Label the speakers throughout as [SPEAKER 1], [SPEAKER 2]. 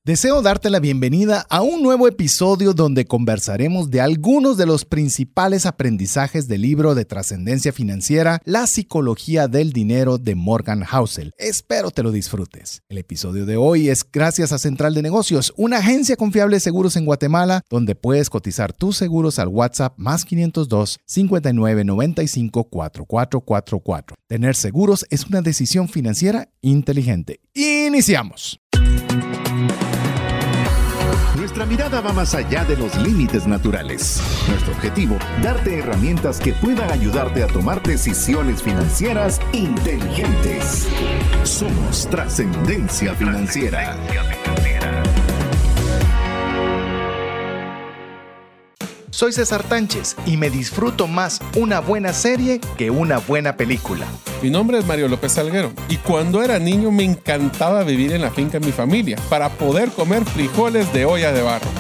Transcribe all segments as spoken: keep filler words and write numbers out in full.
[SPEAKER 1] Deseo darte la bienvenida a un nuevo episodio donde conversaremos de algunos de los principales aprendizajes del libro de trascendencia financiera, La psicología del dinero de Morgan Housel. Espero te lo disfrutes. El episodio de hoy es gracias a Central de Negocios, una agencia confiable de seguros en Guatemala, donde puedes cotizar tus seguros al WhatsApp más quinientos dos, cincuenta y nueve, noventa y cinco, cuarenta y cuatro cuarenta y cuatro. Tener seguros es una decisión financiera inteligente. ¡Iniciamos!
[SPEAKER 2] Nuestra mirada va más allá de los límites naturales. Nuestro objetivo, darte herramientas que puedan ayudarte a tomar decisiones financieras inteligentes. Somos Trascendencia Financiera.
[SPEAKER 1] Soy César Tánchez y me disfruto más una buena serie que una buena película.
[SPEAKER 3] Mi nombre es Mario López Salguero y cuando era niño me encantaba vivir en la finca de mi familia para poder comer frijoles de olla de barro.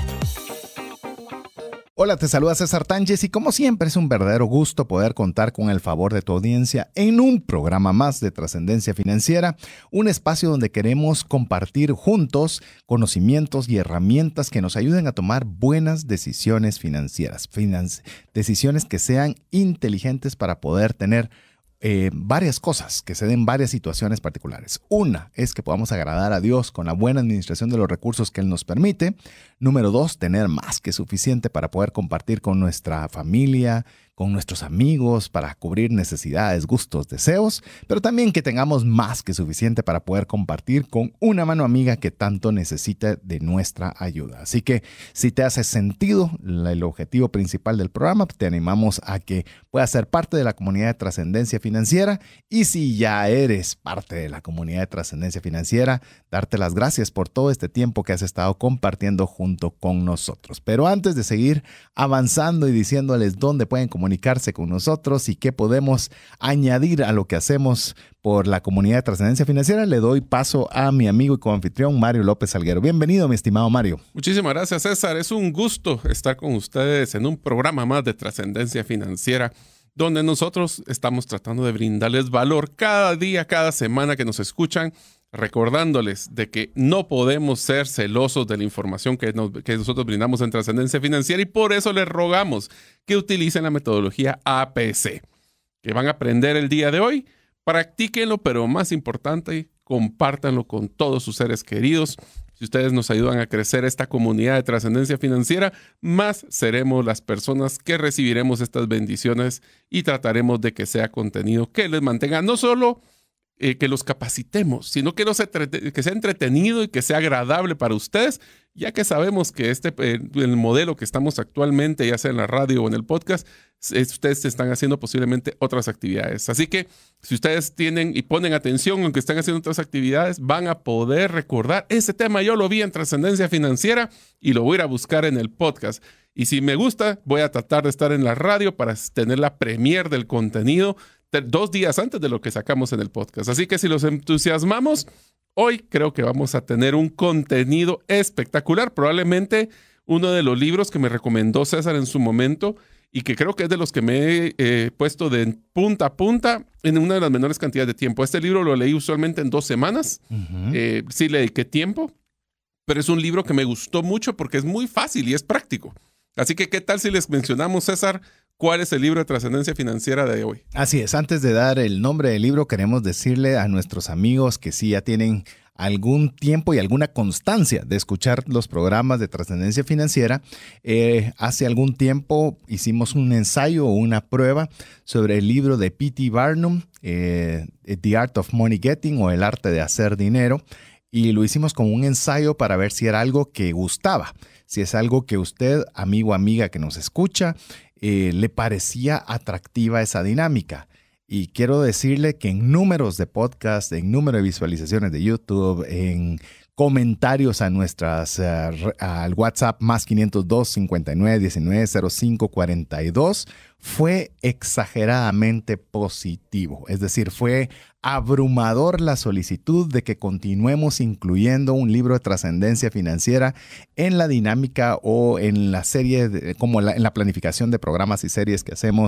[SPEAKER 1] Hola, te saluda César Tánchez y como siempre es un verdadero gusto poder contar con el favor de tu audiencia en un programa más de Trascendencia Financiera, un espacio donde queremos compartir juntos conocimientos y herramientas que nos ayuden a tomar buenas decisiones financieras, financi- decisiones que sean inteligentes para poder tener Eh, varias cosas, que se den varias situaciones particulares. Una es que podamos agradar a Dios con la buena administración de los recursos que Él nos permite. Número dos, tener más que suficiente para poder compartir con nuestra familia, con nuestros amigos, para cubrir necesidades, gustos, deseos, pero también que tengamos más que suficiente para poder compartir con una mano amiga que tanto necesita de nuestra ayuda. Así que si te hace sentido el objetivo principal del programa, te animamos a que puedas ser parte de la comunidad de Trascendencia Financiera, y si ya eres parte de la comunidad de Trascendencia Financiera, darte las gracias por todo este tiempo que has estado compartiendo junto con nosotros. Pero antes de seguir avanzando y diciéndoles dónde pueden comunicarse comunicarse con nosotros y qué podemos añadir a lo que hacemos por la comunidad de Trascendencia Financiera, le doy paso a mi amigo y coanfitrión Mario López Salguero. Bienvenido, mi estimado Mario.
[SPEAKER 3] Muchísimas gracias, César. Es un gusto estar con ustedes en un programa más de Trascendencia Financiera, donde nosotros estamos tratando de brindarles valor cada día, cada semana que nos escuchan, recordándoles de que no podemos ser celosos de la información que, nos, que nosotros brindamos en Trascendencia Financiera, y por eso les rogamos que utilicen la metodología A P C, que van a aprender el día de hoy. Practíquenlo, pero más importante, compártanlo con todos sus seres queridos. Si ustedes nos ayudan a crecer esta comunidad de Trascendencia Financiera, más seremos las personas que recibiremos estas bendiciones y trataremos de que sea contenido que les mantenga no solo Eh, que los capacitemos, sino que, los entrete- que sea entretenido y que sea agradable para ustedes, ya que sabemos que este, eh, el modelo que estamos actualmente, ya sea en la radio o en el podcast, es, ustedes están haciendo posiblemente otras actividades. Así que si ustedes tienen y ponen atención aunque están haciendo otras actividades, van a poder recordar, ese tema yo lo vi en Trascendencia Financiera y lo voy a ir a buscar en el podcast. Y si me gusta, voy a tratar de estar en la radio para tener la premier del contenido dos días antes de lo que sacamos en el podcast. Así que si los entusiasmamos, hoy creo que vamos a tener un contenido espectacular. Probablemente uno de los libros que me recomendó César en su momento y que creo que es de los que me he eh, puesto de punta a punta en una de las menores cantidades de tiempo. Este libro lo leí usualmente en dos semanas. Uh-huh. Eh, sí le dediqué tiempo, pero es un libro que me gustó mucho porque es muy fácil y es práctico. Así que, ¿qué tal si les mencionamos, César, cuál es el libro de Trascendencia Financiera de hoy?
[SPEAKER 1] Así es, antes de dar el nombre del libro, queremos decirle a nuestros amigos que sí ya tienen algún tiempo y alguna constancia de escuchar los programas de Trascendencia Financiera. Eh, hace algún tiempo hicimos un ensayo o una prueba sobre el libro de P T Barnum, eh, The Art of Money Getting, o El Arte de Hacer Dinero, y lo hicimos como un ensayo para ver si era algo que gustaba, si es algo que usted, amigo o amiga que nos escucha, eh, le parecía atractiva esa dinámica. Y quiero decirle que en números de podcast, en número de visualizaciones de YouTube, en comentarios a nuestras, uh, al WhatsApp más quinientos dos, cincuenta y nueve, diecinueve, cero cinco, cuarenta y dos, fue exageradamente positivo. Es decir, fue abrumador la solicitud de que continuemos incluyendo un libro de trascendencia financiera en la dinámica o en la serie, de, como la, en la planificación de programas y series que hacemos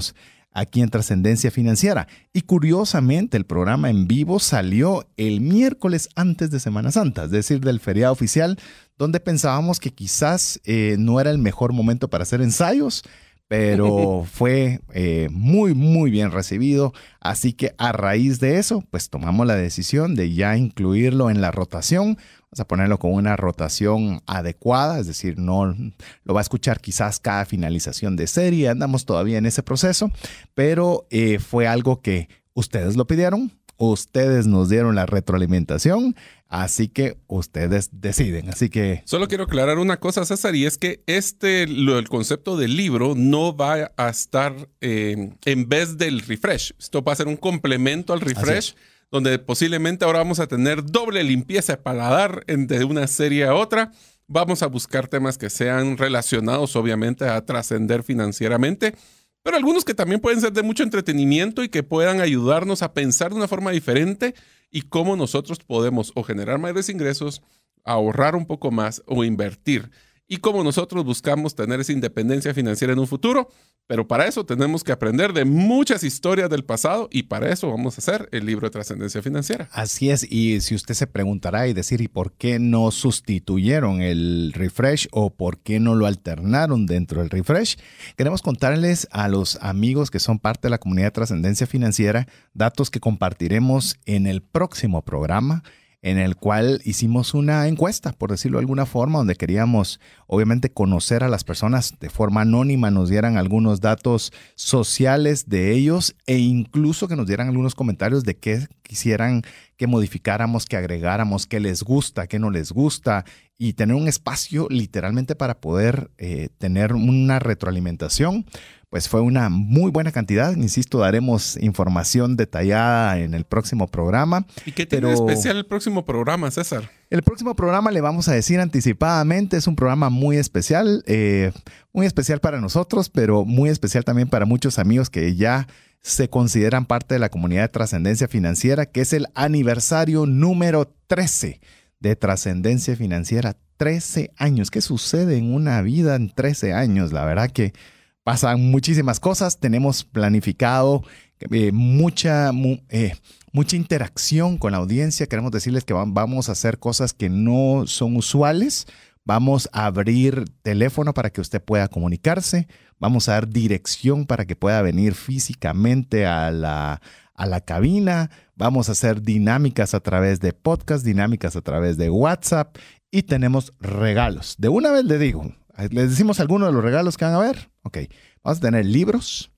[SPEAKER 1] aquí en Trascendencia Financiera. Y curiosamente, el programa en vivo salió el miércoles antes de Semana Santa, es decir, del feriado oficial, donde pensábamos que quizás eh, no era el mejor momento para hacer ensayos, pero fue eh, muy, muy bien recibido. Así que a raíz de eso, pues tomamos la decisión de ya incluirlo en la rotación. Vamos a ponerlo con una rotación adecuada, es decir, no lo va a escuchar quizás cada finalización de serie. Andamos todavía en ese proceso, pero eh, fue algo que ustedes lo pidieron. Ustedes nos dieron la retroalimentación, así que ustedes deciden. Así que
[SPEAKER 3] solo quiero aclarar una cosa, César, y es que este, lo, el concepto del libro no va a estar eh, en vez del refresh. Esto va a ser un complemento al refresh, donde posiblemente ahora vamos a tener doble limpieza de paladar de una serie a otra. Vamos a buscar temas que sean relacionados, obviamente, a trascender financieramente, pero algunos que también pueden ser de mucho entretenimiento y que puedan ayudarnos a pensar de una forma diferente y cómo nosotros podemos o generar mayores ingresos, ahorrar un poco más o invertir. Y cómo nosotros buscamos tener esa independencia financiera en un futuro. Pero para eso tenemos que aprender de muchas historias del pasado y para eso vamos a hacer el libro de Trascendencia Financiera.
[SPEAKER 1] Así es, y si usted se preguntará y decir, ¿y por qué no sustituyeron el refresh o por qué no lo alternaron dentro del refresh? Queremos contarles a los amigos que son parte de la comunidad de Trascendencia Financiera datos que compartiremos en el próximo programa, en el cual hicimos una encuesta, por decirlo de alguna forma, donde queríamos obviamente conocer a las personas de forma anónima, nos dieran algunos datos sociales de ellos e incluso que nos dieran algunos comentarios de qué quisieran que modificáramos, que agregáramos, qué les gusta, qué no les gusta, y tener un espacio literalmente para poder eh, tener una retroalimentación. Pues fue una muy buena cantidad. Insisto, daremos información detallada en el próximo programa.
[SPEAKER 3] ¿Y qué tiene
[SPEAKER 1] pero...
[SPEAKER 3] de especial el próximo programa, César?
[SPEAKER 1] El próximo programa le vamos a decir anticipadamente. Es un programa muy especial, eh, muy especial para nosotros, pero muy especial también para muchos amigos que ya se consideran parte de la comunidad de Trascendencia Financiera, que es el aniversario número trece de Trascendencia Financiera. trece años. ¿Qué sucede en una vida en trece años? La verdad que pasan muchísimas cosas. Tenemos planificado eh, mucha, mu, eh, mucha interacción con la audiencia. Queremos decirles que vamos a hacer cosas que no son usuales. Vamos a abrir teléfono para que usted pueda comunicarse. Vamos a dar dirección para que pueda venir físicamente a la, a la cabina. Vamos a hacer dinámicas a través de podcast, dinámicas a través de WhatsApp. Y tenemos regalos. De una vez le digo, ¿les decimos algunos de los regalos que van a ver? Ok, vamos a tener libros,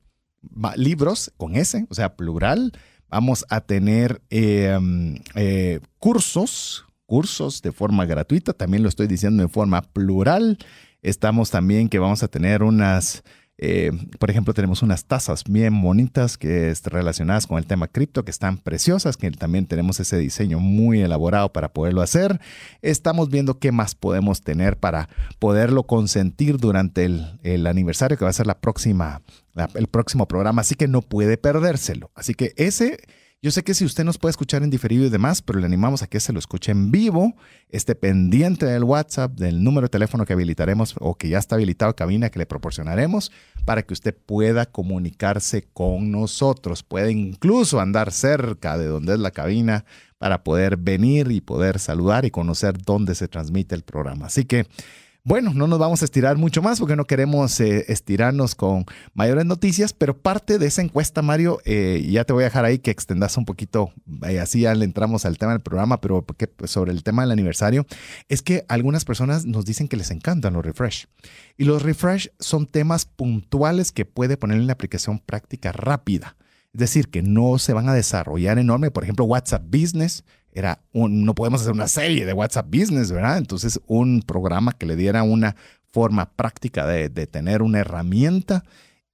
[SPEAKER 1] libros con S, o sea, plural. Vamos a tener eh, eh, cursos, cursos de forma gratuita. También lo estoy diciendo en forma plural. Estamos también que vamos a tener unas, eh, por ejemplo, tenemos unas tazas bien bonitas que están relacionadas con el tema cripto, que están preciosas, que también tenemos ese diseño muy elaborado para poderlo hacer. Estamos viendo qué más podemos tener para poderlo consentir durante el, el aniversario, que va a ser la próxima, la, el próximo programa, así que no puede perdérselo. Así que ese... Yo sé que si usted nos puede escuchar en diferido y demás, pero le animamos a que se lo escuche en vivo, esté pendiente del WhatsApp, del número de teléfono que habilitaremos o que ya está habilitado, cabina que le proporcionaremos, para que usted pueda comunicarse con nosotros. Puede incluso andar cerca de donde es la cabina para poder venir y poder saludar y conocer dónde se transmite el programa. Así que, bueno, no nos vamos a estirar mucho más porque no queremos eh, estirarnos con mayores noticias, pero parte de esa encuesta, Mario, eh, ya te voy a dejar ahí que extendas un poquito, eh, así ya le entramos al tema del programa, pero porque, pues, sobre el tema del aniversario, es que algunas personas nos dicen que les encantan los refresh. Y los refresh son temas puntuales que puede poner en la aplicación práctica rápida. Es decir, que no se van a desarrollar enorme. Por ejemplo, WhatsApp Business. Era un, no podemos hacer una serie de WhatsApp Business, ¿verdad? Entonces, un programa que le diera una forma práctica de, de tener una herramienta.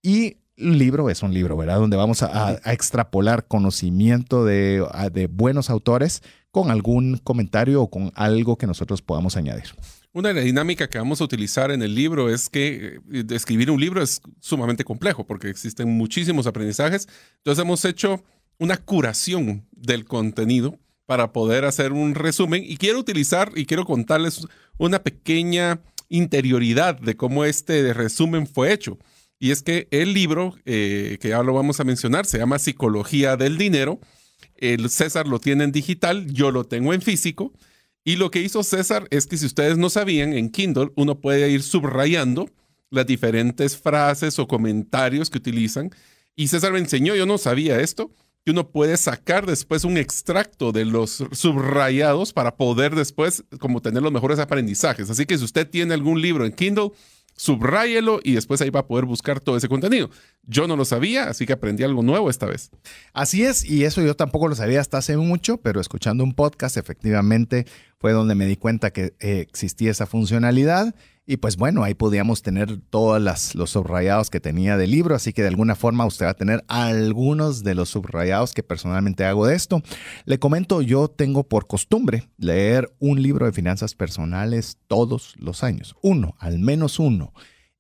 [SPEAKER 1] Y el libro es un libro, ¿verdad? Donde vamos a, a, a extrapolar conocimiento de, a, de buenos autores con algún comentario o con algo que nosotros podamos añadir.
[SPEAKER 3] Una de las dinámicas que vamos a utilizar en el libro es que escribir un libro es sumamente complejo porque existen muchísimos aprendizajes. Entonces, hemos hecho una curación del contenido para poder hacer un resumen y quiero utilizar y quiero contarles una pequeña interioridad de cómo este resumen fue hecho. Y es que el libro, eh, que ya lo vamos a mencionar, se llama Psicología del Dinero. El César lo tiene en digital, yo lo tengo en físico. Y lo que hizo César es que, si ustedes no sabían, en Kindle uno puede ir subrayando las diferentes frases o comentarios que utilizan. Y César me enseñó, yo no sabía esto, que uno puede sacar después un extracto de los subrayados para poder después como tener los mejores aprendizajes. Así que si usted tiene algún libro en Kindle, subráyelo y después ahí va a poder buscar todo ese contenido. Yo no lo sabía, así que aprendí algo nuevo esta vez.
[SPEAKER 1] Así es, y eso yo tampoco lo sabía hasta hace mucho, pero escuchando un podcast efectivamente fue donde me di cuenta que eh, existía esa funcionalidad. Y pues bueno, ahí podíamos tener todos las, los subrayados que tenía del libro, así que de alguna forma usted va a tener algunos de los subrayados que personalmente hago de esto. Le comento, yo tengo por costumbre leer un libro de finanzas personales todos los años, uno, al menos uno.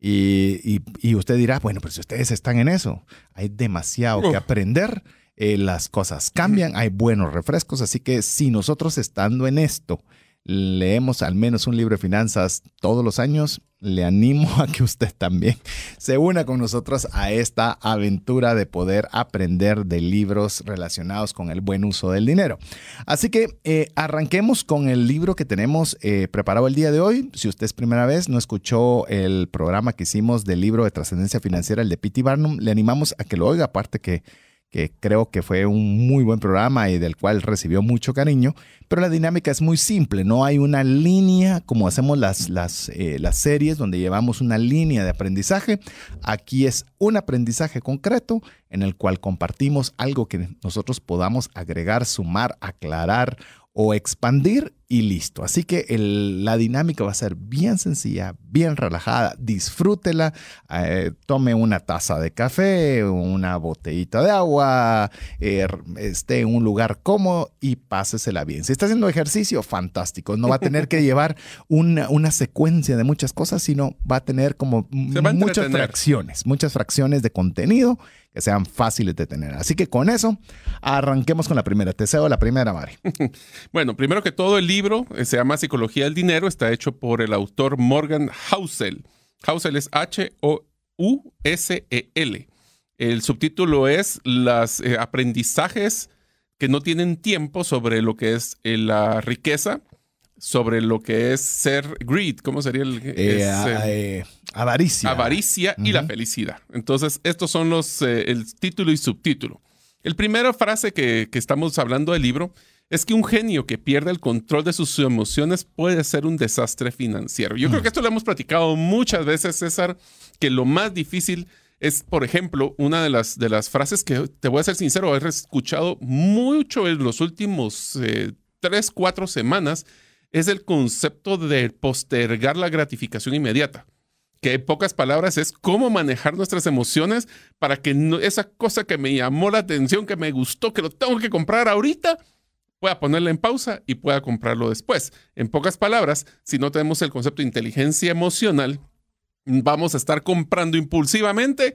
[SPEAKER 1] Y, y, y usted dirá, bueno, pues si ustedes están en eso, hay demasiado
[SPEAKER 3] Uf.
[SPEAKER 1] que aprender, eh, las cosas cambian, hay buenos refrescos, así que si nosotros estando en esto, leemos al menos un libro de finanzas todos los años, le animo a que usted también se una con nosotros a esta aventura de poder aprender de libros relacionados con el buen uso del dinero. Así que eh, arranquemos con el libro que tenemos eh, preparado el día de hoy. Si usted es primera vez, no escuchó el programa que hicimos del libro de trascendencia financiera, el de P T Barnum, le animamos a que lo oiga, aparte que que creo que fue un muy buen programa y del cual recibió mucho cariño, pero la dinámica es muy simple, no hay una línea como hacemos las, las, eh, las series donde llevamos una línea de aprendizaje. Aquí es un aprendizaje concreto en el cual compartimos algo que nosotros podamos agregar, sumar, aclarar o expandir y listo. Así que el, la dinámica va a ser bien sencilla, bien relajada. Disfrútela, eh, tome una taza de café, una botellita de agua, eh, esté en un lugar cómodo y pásesela bien. Si está haciendo ejercicio, fantástico. No va a tener que llevar una, una secuencia de muchas cosas, sino va a tener como muchas fracciones, muchas fracciones de contenido que sean fáciles de tener. Así que con eso, arranquemos con la primera. Te cedo la primera, Mari.
[SPEAKER 3] Bueno, primero que todo, el libro eh, se llama Psicología del Dinero. Está hecho por el autor Morgan Housel. Housel es H O U S E L. El subtítulo es Los eh, aprendizajes que no tienen tiempo sobre lo que es eh, la riqueza, sobre lo que es ser greed. ¿Cómo sería el...?
[SPEAKER 1] Eh,
[SPEAKER 3] es,
[SPEAKER 1] eh, eh, avaricia.
[SPEAKER 3] Avaricia y uh-huh. la felicidad. Entonces, estos son los eh, el título y subtítulo. El primera frase que, que estamos hablando del libro es que un genio que pierde el control de sus emociones puede ser un desastre financiero. Yo uh-huh. creo que esto lo hemos platicado muchas veces, César, que lo más difícil es, por ejemplo, una de las, de las frases que, te voy a ser sincero, he escuchado mucho en los últimos eh, tres, cuatro semanas, es el concepto de postergar la gratificación inmediata. Que en pocas palabras es cómo manejar nuestras emociones para que no, esa cosa que me llamó la atención, que me gustó, que lo tengo que comprar ahorita, pueda ponerla en pausa y pueda comprarlo después. En pocas palabras, si no tenemos el concepto de inteligencia emocional, vamos a estar comprando impulsivamente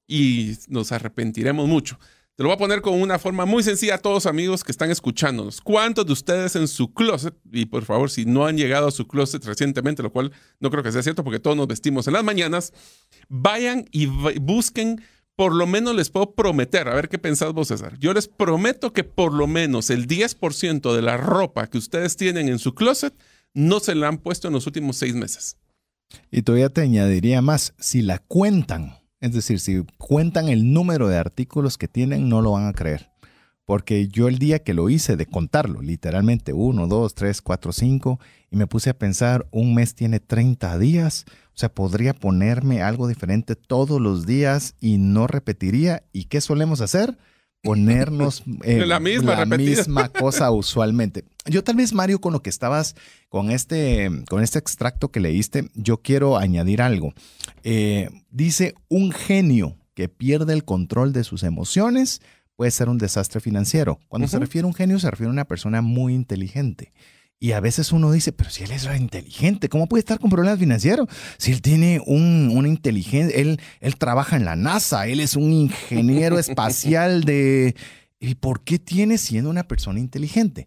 [SPEAKER 3] y nos arrepentiremos mucho. Te lo voy a poner con una forma muy sencilla a todos amigos que están escuchándonos. ¿Cuántos de ustedes en su closet, y por favor, si no han llegado a su closet recientemente, lo cual no creo que sea cierto porque todos nos vestimos en las mañanas, vayan y busquen, por lo menos les puedo prometer, a ver qué pensás vos, César. Yo les prometo que por lo menos el diez por ciento de la ropa que ustedes tienen en su closet no se la han puesto en los últimos seis meses.
[SPEAKER 1] Y todavía te añadiría más, si la cuentan. Es decir, si cuentan el número de artículos que tienen, no lo van a creer. Porque yo el día que lo hice de contarlo, literalmente uno, dos, tres, cuatro, cinco, y me puse a pensar, un mes tiene treinta días, o sea, podría ponerme algo diferente todos los días y no repetiría. ¿Y qué solemos hacer? Ponernos eh,
[SPEAKER 3] la, misma,
[SPEAKER 1] la misma cosa usualmente. Yo tal vez, Mario, con lo que estabas, con este, con este extracto que leíste, yo quiero añadir algo. Eh, dice, un genio que pierde el control de sus emociones puede ser un desastre financiero. Cuando uh-huh. se refiere a un genio, se refiere a una persona muy inteligente. Y a veces uno dice, pero si él es inteligente, ¿cómo puede estar con problemas financieros? Si él tiene un, una inteligencia, él, él trabaja en la NASA, él es un ingeniero espacial de... ¿Y por qué tiene siendo una persona inteligente?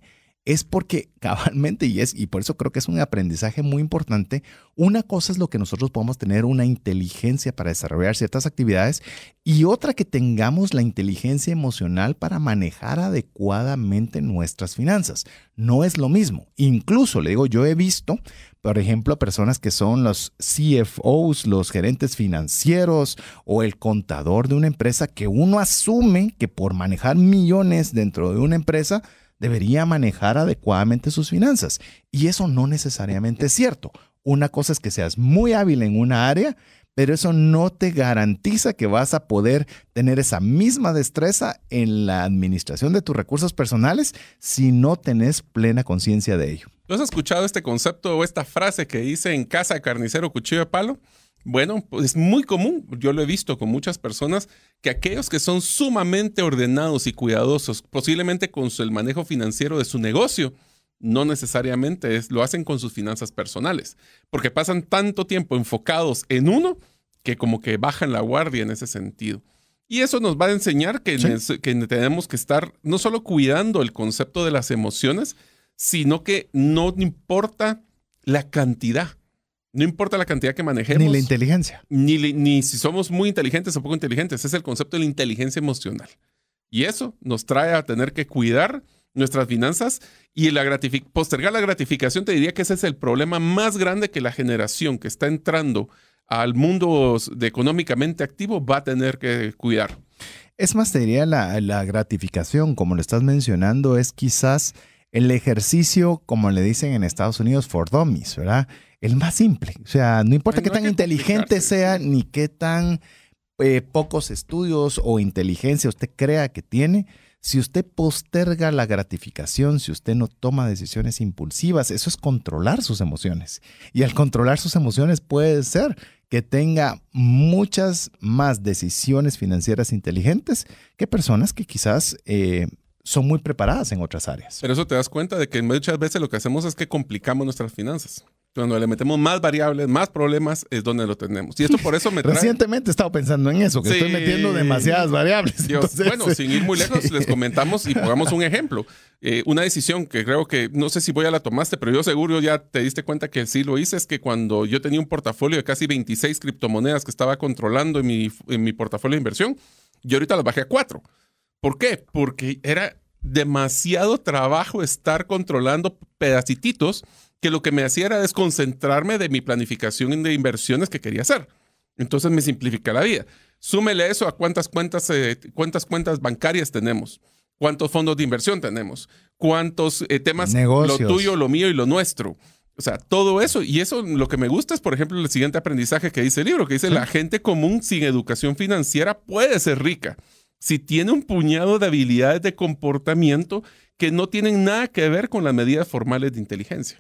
[SPEAKER 1] es porque cabalmente, y, es, y por eso creo que es un aprendizaje muy importante, una cosa es lo que nosotros podamos tener una inteligencia para desarrollar ciertas actividades y otra que tengamos la inteligencia emocional para manejar adecuadamente nuestras finanzas. No es lo mismo. Incluso, le digo, yo he visto, por ejemplo, personas que son los C F Os, los gerentes financieros o el contador de una empresa que uno asume que por manejar millones dentro de una empresa debería manejar adecuadamente sus finanzas. Y eso no necesariamente es cierto. Una cosa es que seas muy hábil en una área, pero eso no te garantiza que vas a poder tener esa misma destreza en la administración de tus recursos personales si no tenés plena conciencia de ello.
[SPEAKER 3] ¿Tú has escuchado este concepto o esta frase que dice en casa carnicero, cuchillo de palo? Bueno, pues es muy común, yo lo he visto con muchas personas, que aquellos que son sumamente ordenados y cuidadosos, posiblemente con el manejo financiero de su negocio, no necesariamente es, lo hacen con sus finanzas personales, porque pasan tanto tiempo enfocados en uno que como que bajan la guardia en ese sentido. Y eso nos va a enseñar que, sí. que tenemos que estar no solo cuidando el concepto de las emociones, sino que no importa la cantidad. No importa la cantidad que manejemos.
[SPEAKER 1] Ni la inteligencia.
[SPEAKER 3] Ni, ni si somos muy inteligentes o poco inteligentes. Es el concepto de la inteligencia emocional. Y eso nos trae a tener que cuidar nuestras finanzas y la gratific- postergar la gratificación. Te diría que ese es el problema más grande que la generación que está entrando al mundo de económicamente activo va a tener que cuidar.
[SPEAKER 1] Es más, te diría la, la gratificación, como lo estás mencionando, es quizás el ejercicio, como le dicen en Estados Unidos, for dummies, ¿verdad? El más simple. O sea, no importa qué tan inteligente sea ni qué tan eh, pocos estudios o inteligencia usted crea que tiene, si usted posterga la gratificación, si usted no toma decisiones impulsivas, eso es controlar sus emociones. Y al controlar sus emociones puede ser que tenga muchas más decisiones financieras inteligentes que personas que quizás eh, son muy preparadas en otras áreas.
[SPEAKER 3] Pero eso te das cuenta de que muchas veces lo que hacemos es que complicamos nuestras finanzas. Cuando le metemos más variables, más problemas, es donde lo tenemos. Y esto por eso me trae...
[SPEAKER 1] Recientemente he estado pensando en eso, que sí. estoy metiendo demasiadas variables.
[SPEAKER 3] Dios,
[SPEAKER 1] Entonces,
[SPEAKER 3] bueno, sin ir muy lejos, sí. les comentamos y pongamos un ejemplo. Eh, una decisión que creo que, no sé si voy a la tomaste, pero yo seguro ya te diste cuenta que sí lo hice, es que cuando yo tenía un portafolio de casi veintiséis criptomonedas que estaba controlando en mi, en mi portafolio de inversión, yo ahorita las bajé a cuatro. ¿Por qué? Porque era demasiado trabajo estar controlando pedacititos que lo que me hacía era desconcentrarme de mi planificación de inversiones que quería hacer. Entonces me simplifica la vida. Súmele eso a cuántas cuentas, eh, cuántas cuentas bancarias tenemos, cuántos fondos de inversión tenemos, cuántos eh, temas,
[SPEAKER 1] negocios,
[SPEAKER 3] lo tuyo, lo mío y lo nuestro. O sea, todo eso. Y eso lo que me gusta es, por ejemplo, el siguiente aprendizaje que dice el libro, que dice, ¿sí? La gente común sin educación financiera puede ser rica si tiene un puñado de habilidades de comportamiento que no tienen nada que ver con las medidas formales de inteligencia.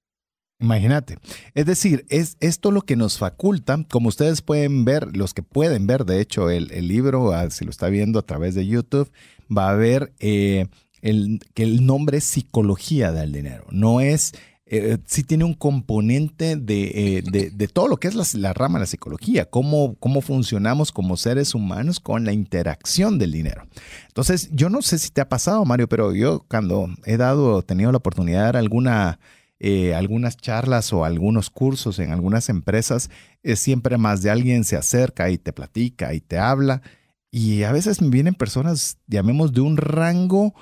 [SPEAKER 1] Imagínate. Es decir, es esto lo que nos faculta, como ustedes pueden ver, los que pueden ver, de hecho, el, el libro, si lo está viendo a través de YouTube, va a ver eh, el, que el nombre es psicología del dinero. No es, eh, sí tiene un componente de, eh, de, de todo lo que es la, la rama de la psicología, cómo, cómo funcionamos como seres humanos con la interacción del dinero. Entonces, yo no sé si te ha pasado, Mario, pero yo cuando he dado, tenido la oportunidad de dar alguna... Eh, algunas charlas o algunos cursos en algunas empresas, eh, siempre más de alguien se acerca y te platica y te habla. Y a veces me vienen personas, llamemos, de un rango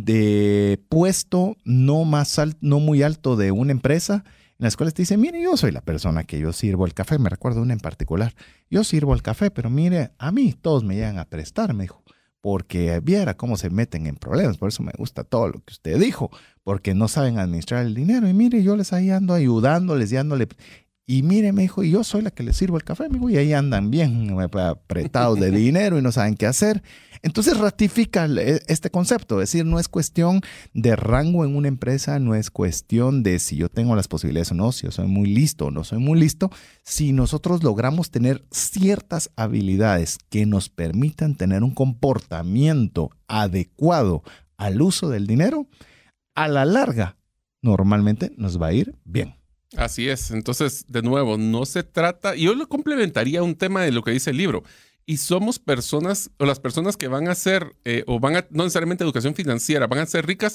[SPEAKER 1] de puesto no, más al, no muy alto de una empresa, en las cuales te dicen, mire, yo soy la persona que yo sirvo el café. Me recuerdo una en particular. Yo sirvo el café, pero mire, a mí todos me llegan a prestar, me dijo. Porque viera cómo se meten en problemas. Por eso me gusta todo lo que usted dijo. Porque no saben administrar el dinero. Y mire, yo les ahí ando ayudándoles y dándole. Y mire, me dijo, y yo soy la que les sirvo el café, me dijo, y ahí andan bien apretados de dinero y no saben qué hacer. Entonces ratifica este concepto. Es decir, no es cuestión de rango en una empresa, no es cuestión de si yo tengo las posibilidades o no, si yo soy muy listo o no soy muy listo. Si nosotros logramos tener ciertas habilidades que nos permitan tener un comportamiento adecuado al uso del dinero, a la larga, normalmente nos va a ir bien.
[SPEAKER 3] Así es. Entonces, de nuevo, no se trata... Yo lo complementaría a un tema de lo que dice el libro. Y somos personas, o las personas que van a ser, eh, o van a, no necesariamente educación financiera, van a ser ricas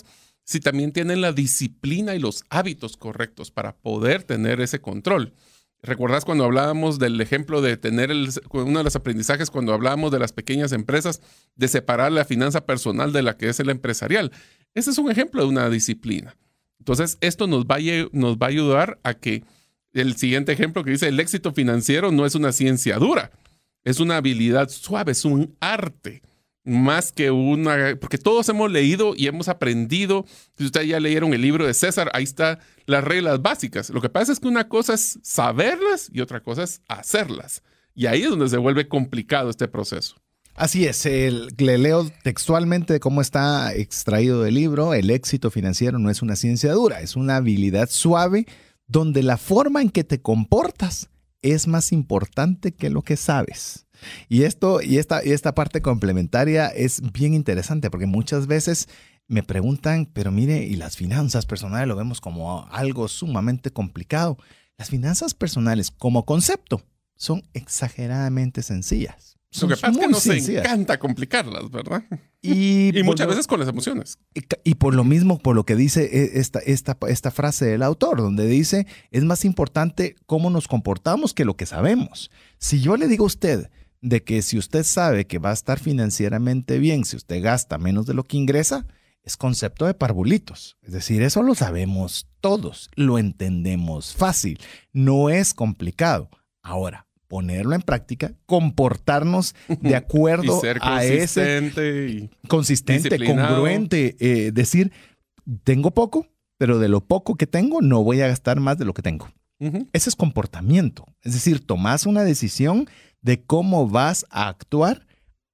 [SPEAKER 3] si también tienen la disciplina y los hábitos correctos para poder tener ese control. ¿Recordás cuando hablábamos del ejemplo de tener el, uno de los aprendizajes cuando hablábamos de las pequeñas empresas, de separar la finanza personal de la que es el empresarial? Ese es un ejemplo de una disciplina. Entonces, esto nos va, a, nos va a ayudar a que el siguiente ejemplo que dice, el éxito financiero no es una ciencia dura, es una habilidad suave, es un arte. Más que una, porque todos hemos leído y hemos aprendido. Si ustedes ya leyeron el libro de César, ahí están las reglas básicas. Lo que pasa es que una cosa es saberlas y otra cosa es hacerlas. Y ahí es donde se vuelve complicado este proceso.
[SPEAKER 1] Así es, el, le leo textualmente cómo está extraído del libro. El éxito financiero no es una ciencia dura, es una habilidad suave donde la forma en que te comportas es más importante que lo que sabes. Y esto y esta, y esta parte complementaria es bien interesante porque muchas veces me preguntan, pero mire, y las finanzas personales lo vemos como algo sumamente complicado. Las finanzas personales como concepto son exageradamente sencillas.
[SPEAKER 3] Lo que pasa es que nos sencillas. Encanta complicarlas, ¿verdad?
[SPEAKER 1] Y,
[SPEAKER 3] y muchas lo, veces con las emociones.
[SPEAKER 1] Y, y por lo mismo, por lo que dice esta, esta, esta frase del autor, donde dice, es más importante cómo nos comportamos que lo que sabemos. Si yo le digo a usted de que si usted sabe que va a estar financieramente bien, si usted gasta menos de lo que ingresa, es concepto de parvulitos. Es decir, eso lo sabemos todos, lo entendemos fácil, no es complicado. Ahora, ponerlo en práctica, comportarnos de acuerdo
[SPEAKER 3] y ser
[SPEAKER 1] a ese
[SPEAKER 3] y
[SPEAKER 1] consistente, congruente, eh, decir, tengo poco, pero de lo poco que tengo no voy a gastar más de lo que tengo. Uh-huh. Ese es comportamiento. Es decir, tomas una decisión de cómo vas a actuar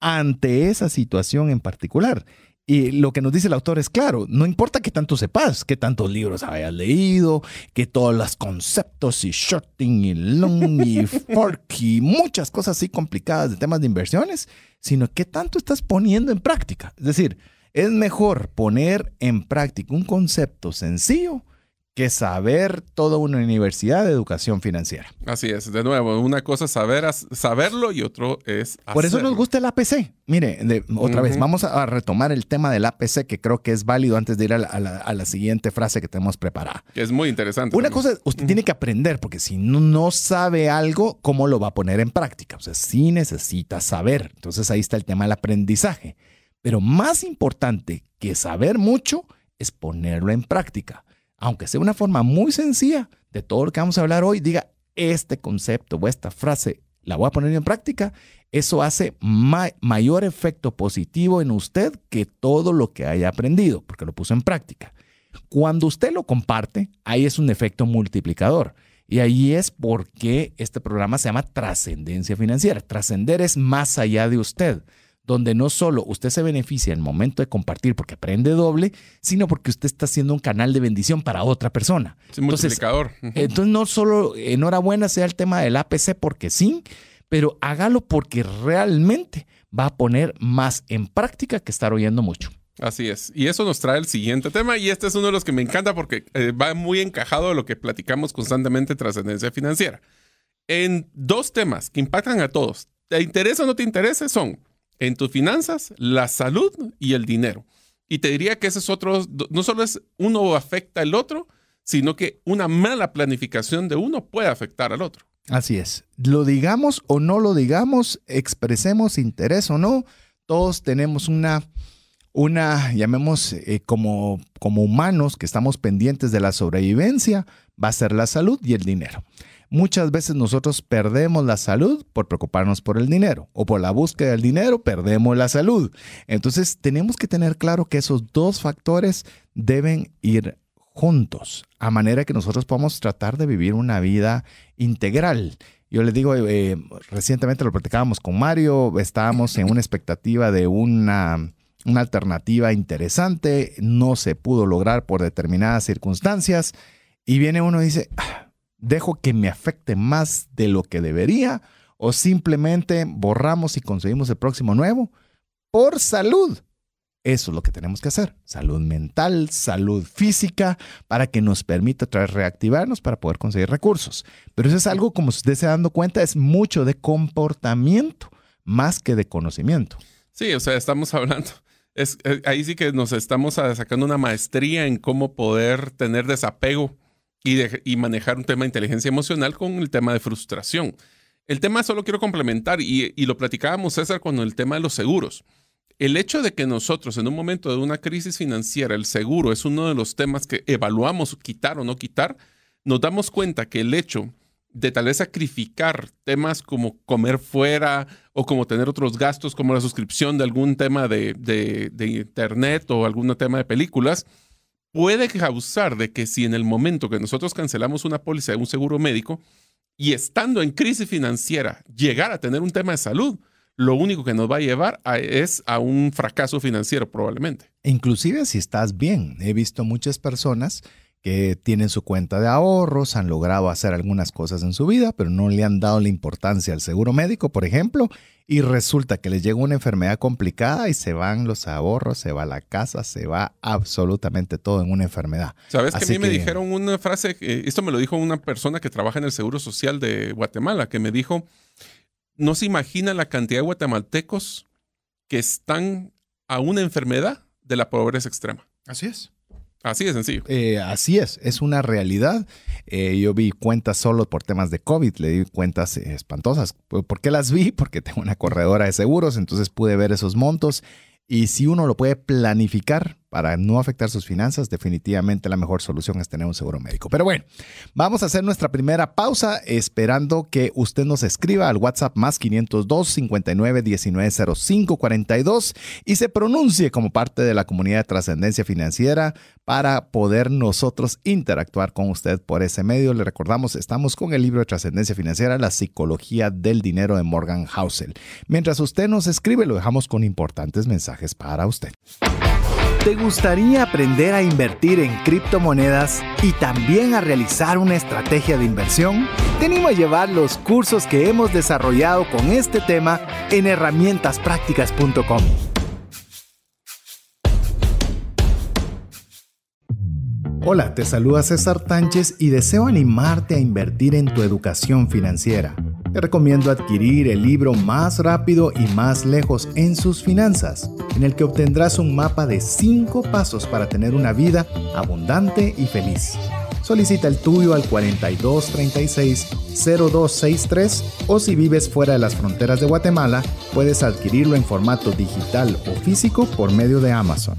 [SPEAKER 1] ante esa situación en particular. Y lo que nos dice el autor es claro, no importa qué tanto sepas, qué tantos libros hayas leído, que todos los conceptos y shorting y long y fork y muchas cosas así complicadas de temas de inversiones, sino qué tanto estás poniendo en práctica. Es decir, es mejor poner en práctica un concepto sencillo que saber toda una universidad de educación financiera.
[SPEAKER 3] Así es. De nuevo, una cosa es saber, saberlo y otro es hacerlo.
[SPEAKER 1] Por eso nos gusta el A P C. Mire, de, otra uh-huh. vez, vamos a, a retomar el tema del A P C, que creo que es válido antes de ir a la, a la, a la siguiente frase que tenemos preparada.
[SPEAKER 3] Que es muy interesante.
[SPEAKER 1] Una
[SPEAKER 3] también.
[SPEAKER 1] cosa es, usted uh-huh. tiene que aprender, porque si no, no sabe algo, ¿cómo lo va a poner en práctica? O sea, sí necesita saber. Entonces ahí está el tema del aprendizaje. Pero más importante que saber mucho es ponerlo en práctica. Aunque sea una forma muy sencilla de todo lo que vamos a hablar hoy, diga este concepto o esta frase, la voy a poner en práctica, eso hace ma- mayor efecto positivo en usted que todo lo que haya aprendido, porque lo puso en práctica. Cuando usted lo comparte, ahí es un efecto multiplicador. Y ahí es porque este programa se llama Trascendencia Financiera. Trascender es más allá de usted, donde no solo usted se beneficia en el momento de compartir porque aprende doble, sino porque usted está haciendo un canal de bendición para otra persona.
[SPEAKER 3] Es un multiplicador.
[SPEAKER 1] Uh-huh. Entonces, no solo enhorabuena sea el tema del A P C porque sí, pero hágalo porque realmente va a poner más en práctica que estar oyendo mucho.
[SPEAKER 3] Así es. Y eso nos trae el siguiente tema, y este es uno de los que me encanta porque eh, va muy encajado a lo que platicamos constantemente en Trascendencia Financiera. En dos temas que impactan a todos, ¿te interesa o no te interesa? Son en tus finanzas, la salud y el dinero. Y te diría que ese es otro, no solo es uno afecta al otro, sino que una mala planificación de uno puede afectar al otro.
[SPEAKER 1] Así es. Lo digamos o no lo digamos, expresemos interés o no, todos tenemos una, una llamemos eh, como, como humanos que estamos pendientes de la sobrevivencia, va a ser la salud y el dinero. Muchas veces nosotros perdemos la salud por preocuparnos por el dinero, o por la búsqueda del dinero perdemos la salud. Entonces tenemos que tener claro que esos dos factores deben ir juntos, a manera que nosotros podamos tratar de vivir una vida integral. Yo les digo, eh, recientemente lo platicábamos con Mario, estábamos en una expectativa de una, una alternativa interesante, no se pudo lograr por determinadas circunstancias, y viene uno y dice, ah, ¿dejo que me afecte más de lo que debería o simplemente borramos y conseguimos el próximo nuevo? Por salud. Eso es lo que tenemos que hacer. Salud mental, salud física, para que nos permita otra vez reactivarnos para poder conseguir recursos. Pero eso es algo, como usted se está dando cuenta, es mucho de comportamiento más que de conocimiento.
[SPEAKER 3] Sí, o sea, estamos hablando Es, eh, ahí sí que nos estamos sacando una maestría en cómo poder tener desapego y, de, y manejar un tema de inteligencia emocional con el tema de frustración. El tema solo quiero complementar, y, y lo platicábamos, César, con el tema de los seguros. El hecho de que nosotros en un momento de una crisis financiera, el seguro es uno de los temas que evaluamos quitar o no quitar, nos damos cuenta que el hecho de tal vez sacrificar temas como comer fuera o como tener otros gastos como la suscripción de algún tema de, de, de internet o algún tema de películas, puede causar de que si en el momento que nosotros cancelamos una póliza de un seguro médico y estando en crisis financiera llegar a tener un tema de salud, lo único que nos va a llevar a, es a un fracaso financiero probablemente.
[SPEAKER 1] Inclusive si estás bien, he visto muchas personas que tienen su cuenta de ahorros, han logrado hacer algunas cosas en su vida, pero no le han dado la importancia al seguro médico, por ejemplo, y resulta que les llega una enfermedad complicada y se van los ahorros, se va la casa, se va absolutamente todo en una enfermedad.
[SPEAKER 3] ¿Sabes que a mí que... me dijeron una frase, eh, esto me lo dijo una persona que trabaja en el Seguro Social de Guatemala, que me dijo, no se imagina la cantidad de guatemaltecos que están a una enfermedad de la pobreza extrema.
[SPEAKER 1] Así es.
[SPEAKER 3] Así de sencillo.
[SPEAKER 1] Eh, así es, es una realidad. Eh, yo vi cuentas solo por temas de COVID, le di cuentas eh, espantosas. ¿Por qué las vi? Porque tengo una corredora de seguros, entonces pude ver esos montos. Y si uno lo puede planificar para no afectar sus finanzas, definitivamente la mejor solución es tener un seguro médico. Pero bueno, vamos a hacer nuestra primera pausa esperando que usted nos escriba al WhatsApp más quinientos dos, cincuenta y nueve, diecinueve, cero cinco, cuarenta y dos y se pronuncie como parte de la comunidad de Trascendencia Financiera para poder nosotros interactuar con usted por ese medio. Le recordamos, estamos con el libro de Trascendencia Financiera, La Psicología del Dinero de Morgan Housel. Mientras usted nos escribe, lo dejamos con importantes mensajes para usted.
[SPEAKER 4] ¿Te gustaría aprender a invertir en criptomonedas y también a realizar una estrategia de inversión? Te animo a llevar los cursos que hemos desarrollado con este tema en herramientas prácticas punto com.
[SPEAKER 1] Hola, te saluda César Tánchez y deseo animarte a invertir en tu educación financiera. Te recomiendo adquirir el libro Más rápido y más lejos en sus finanzas, en el que obtendrás un mapa de cinco pasos para tener una vida abundante y feliz. Solicita el tuyo al cuarenta y dos, treinta y seis, cero dos sesenta y tres o si vives fuera de las fronteras de Guatemala, puedes adquirirlo en formato digital o físico por medio de Amazon.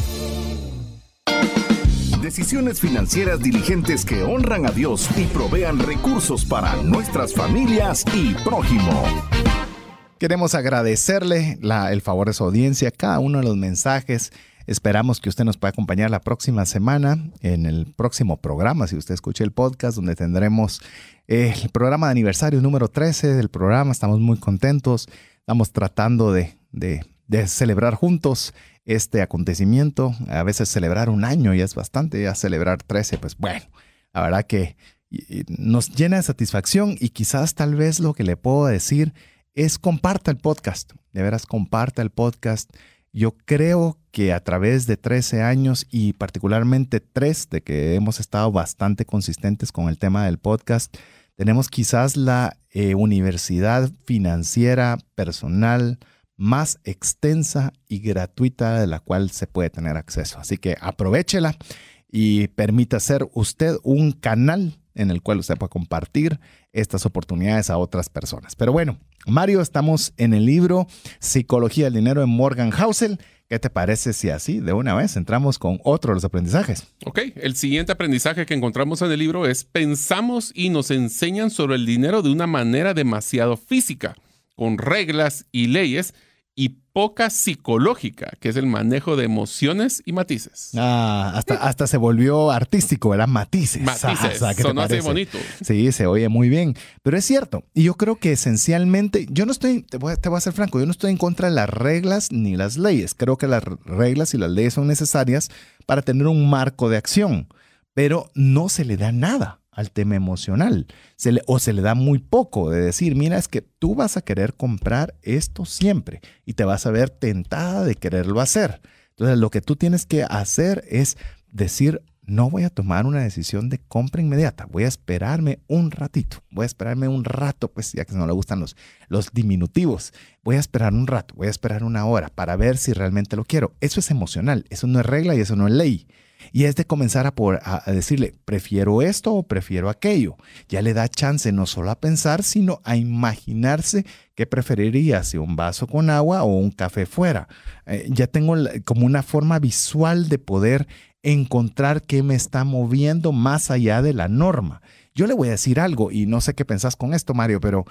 [SPEAKER 2] Decisiones financieras diligentes que honran a Dios y provean recursos para nuestras familias y prójimo.
[SPEAKER 1] Queremos agradecerle la, el favor de su audiencia, cada uno de los mensajes. Esperamos que usted nos pueda acompañar la próxima semana en el próximo programa, si usted escucha el podcast, donde tendremos eh, el programa de aniversario número trece del programa. Estamos muy contentos, estamos tratando de, de, de celebrar juntos este acontecimiento. A veces celebrar un año ya es bastante, ya celebrar trece, pues bueno, la verdad que nos llena de satisfacción y quizás tal vez lo que le puedo decir es comparta el podcast, de veras comparta el podcast. Yo creo que a través de trece años y particularmente tres de que hemos estado bastante consistentes con el tema del podcast, tenemos quizás la eh, universidad financiera personal más extensa y gratuita de la cual se puede tener acceso. Así que aprovéchela y permita ser usted un canal en el cual usted pueda compartir estas oportunidades a otras personas. Pero bueno, Mario, estamos en el libro Psicología del Dinero de Morgan Housel. ¿Qué te parece si así de una vez entramos con otro de los aprendizajes?
[SPEAKER 3] Ok, el siguiente aprendizaje que encontramos en el libro es: pensamos y nos enseñan sobre el dinero de una manera demasiado física, con reglas y leyes, y poca psicológica, que es el manejo de emociones y matices.
[SPEAKER 1] Ah, hasta, hasta se volvió artístico, ¿verdad? Matices.
[SPEAKER 3] Matices,
[SPEAKER 1] ah,
[SPEAKER 3] sonó así bonito.
[SPEAKER 1] Sí, se oye muy bien. Pero es cierto, y yo creo que esencialmente, yo no estoy, te voy, a, te voy a ser franco, yo no estoy en contra de las reglas ni las leyes. Creo que las reglas y las leyes son necesarias para tener un marco de acción, pero no se le da nada al tema emocional, se le, o se le da muy poco de decir, mira, es que tú vas a querer comprar esto siempre y te vas a ver tentada de quererlo hacer. Entonces, lo que tú tienes que hacer es decir, no voy a tomar una decisión de compra inmediata. Voy a esperarme un ratito. Voy a esperarme un rato, pues ya que no le gustan los, los diminutivos. Voy a esperar un rato, voy a esperar una hora para ver si realmente lo quiero. Eso es emocional, eso no es regla y eso no es ley. Y es de comenzar a, por, a, a decirle, prefiero esto o prefiero aquello. Ya le da chance no solo a pensar, sino a imaginarse qué preferiría, si un vaso con agua o un café fuera. Eh, ya tengo la, como una forma visual de poder encontrar qué me está moviendo más allá de la norma. Yo le voy a decir algo, y no sé qué pensás con esto, Mario, pero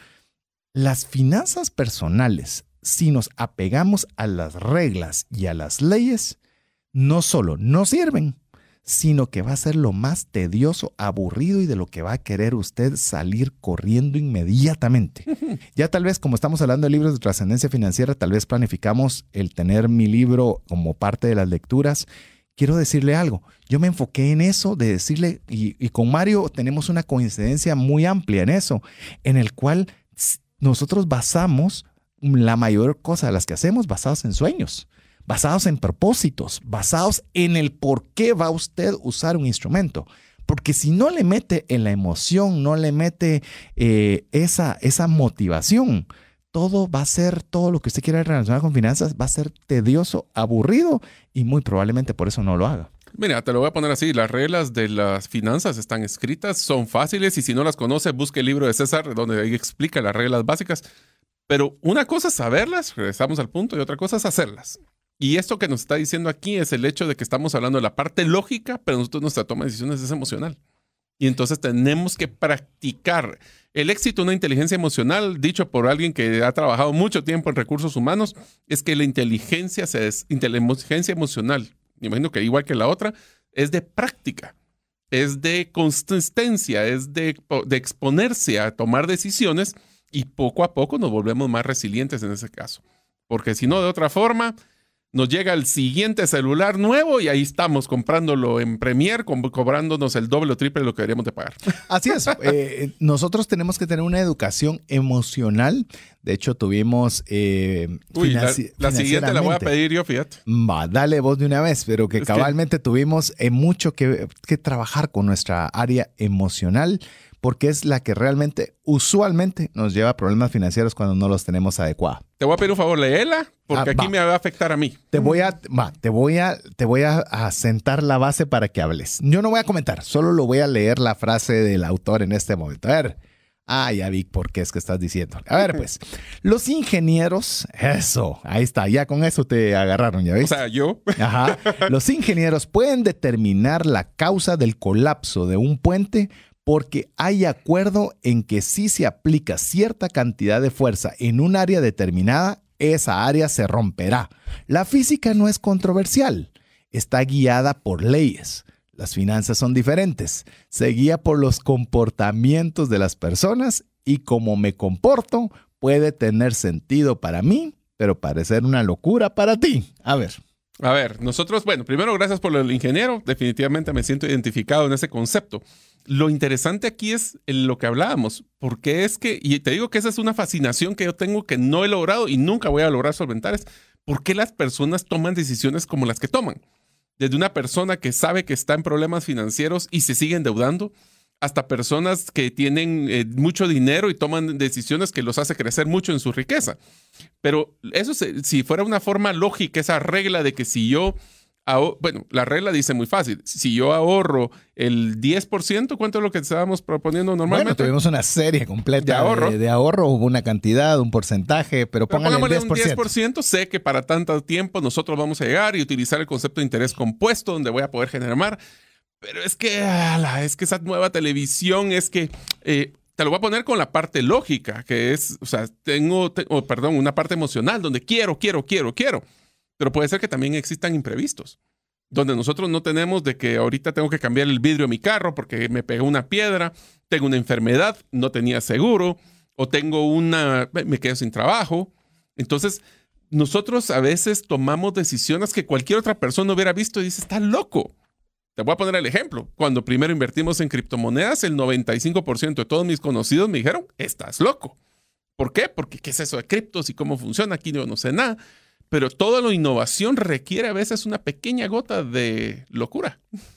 [SPEAKER 1] las finanzas personales, si nos apegamos a las reglas y a las leyes, no solo no sirven, sino que va a ser lo más tedioso, aburrido y de lo que va a querer usted salir corriendo inmediatamente. Ya tal vez, como estamos hablando de libros de trascendencia financiera, tal vez planificamos el tener mi libro como parte de las lecturas. Quiero decirle algo, yo me enfoqué en eso de decirle, y, y con Mario tenemos una coincidencia muy amplia en eso, en el cual nosotros basamos la mayor cosa de las que hacemos basados en sueños, basados en propósitos, basados en el por qué va usted a usar un instrumento. Porque si no le mete en la emoción, no le mete eh, esa, esa motivación, todo va a ser, todo lo que usted quiera relacionar con finanzas va a ser tedioso, aburrido y muy probablemente por eso no lo haga.
[SPEAKER 3] Mira, te lo voy a poner así. Las reglas de las finanzas están escritas, son fáciles y si no las conoce, busque el libro de César donde ahí explica las reglas básicas. Pero una cosa es saberlas, regresamos al punto, y otra cosa es hacerlas. Y esto que nos está diciendo aquí es el hecho de que estamos hablando de la parte lógica, pero nosotros nuestra toma de decisiones es emocional. Y entonces tenemos que practicar. El éxito de una inteligencia emocional, dicho por alguien que ha trabajado mucho tiempo en recursos humanos, es que la inteligencia, se des, inteligencia emocional, me imagino que igual que la otra, es de práctica, es de consistencia, es de, de exponerse a tomar decisiones y poco a poco nos volvemos más resilientes en ese caso. Porque si no, de otra forma, nos llega el siguiente celular nuevo y ahí estamos comprándolo en Premier, co- cobrándonos el doble o triple de lo que deberíamos de pagar.
[SPEAKER 1] Así es. Eh, nosotros tenemos que tener una educación emocional. De hecho, tuvimos... Eh,
[SPEAKER 3] Uy, financi- la, la siguiente la voy a pedir yo, fíjate.
[SPEAKER 1] Va, dale vos de una vez, pero que
[SPEAKER 3] es
[SPEAKER 1] cabalmente
[SPEAKER 3] que...
[SPEAKER 1] tuvimos eh, mucho que, que trabajar con nuestra área emocional, porque es la que realmente, usualmente, nos lleva a problemas financieros cuando no los tenemos adecuados.
[SPEAKER 3] Te voy a pedir un favor, léela, porque
[SPEAKER 1] ah,
[SPEAKER 3] aquí
[SPEAKER 1] va.
[SPEAKER 3] me va a afectar a mí.
[SPEAKER 1] Te voy a, va, te voy a, te voy a, a sentar la base para que hables. Yo no voy a comentar, solo lo voy a leer la frase del autor en este momento. A ver. Ah, ya vi por qué es que estás diciendo. A ver, pues, los ingenieros, eso, ahí está, ya con eso te agarraron, ¿ya ves?
[SPEAKER 3] O sea, yo.
[SPEAKER 1] Ajá. Los ingenieros pueden determinar la causa del colapso de un puente porque hay acuerdo en que si se aplica cierta cantidad de fuerza en un área determinada, esa área se romperá. La física no es controversial, está guiada por leyes. Las finanzas son diferentes, se guía por los comportamientos de las personas y como me comporto puede tener sentido para mí, pero parecer una locura para ti. A ver.
[SPEAKER 3] A ver, nosotros, bueno, primero gracias por el ingeniero, definitivamente me siento identificado en ese concepto. Lo interesante aquí es lo que hablábamos, porque es que, y te digo que esa es una fascinación que yo tengo que no he logrado y nunca voy a lograr solventar, es por qué las personas toman decisiones como las que toman. Desde una persona que sabe que está en problemas financieros y se sigue endeudando, hasta personas que tienen eh, mucho dinero y toman decisiones que los hace crecer mucho en su riqueza. Pero eso, se, si fuera una forma lógica, esa regla de que si yo, ahor- bueno, la regla dice muy fácil, si yo ahorro el diez por ciento, ¿cuánto es lo que estábamos proponiendo normalmente?
[SPEAKER 1] Bueno, tuvimos una serie completa
[SPEAKER 3] de ahorro.
[SPEAKER 1] De, de ahorro, hubo una cantidad, un porcentaje, pero, pero póngale el diez por ciento.
[SPEAKER 3] un diez por ciento, sé que para tanto tiempo nosotros vamos a llegar y utilizar el concepto de interés compuesto, donde voy a poder generar más. Pero es que, ala, es que esa nueva televisión es que, eh, te lo voy a poner con la parte lógica, que es, o sea, tengo, te, oh, perdón, una parte emocional donde quiero, quiero, quiero, quiero. Pero puede ser que también existan imprevistos, donde nosotros no tenemos de que ahorita tengo que cambiar el vidrio de mi carro porque me pegó una piedra, tengo una enfermedad, no tenía seguro, o tengo una, me quedo sin trabajo. Entonces, nosotros a veces tomamos decisiones que cualquier otra persona hubiera visto y dice, está loco. Te voy a poner el ejemplo. Cuando primero invertimos en criptomonedas, el noventa y cinco por ciento de todos mis conocidos me dijeron, estás loco. ¿Por qué? Porque ¿qué es eso de criptos y cómo funciona? Aquí yo no sé nada. Pero toda la innovación requiere a veces una pequeña gota de locura.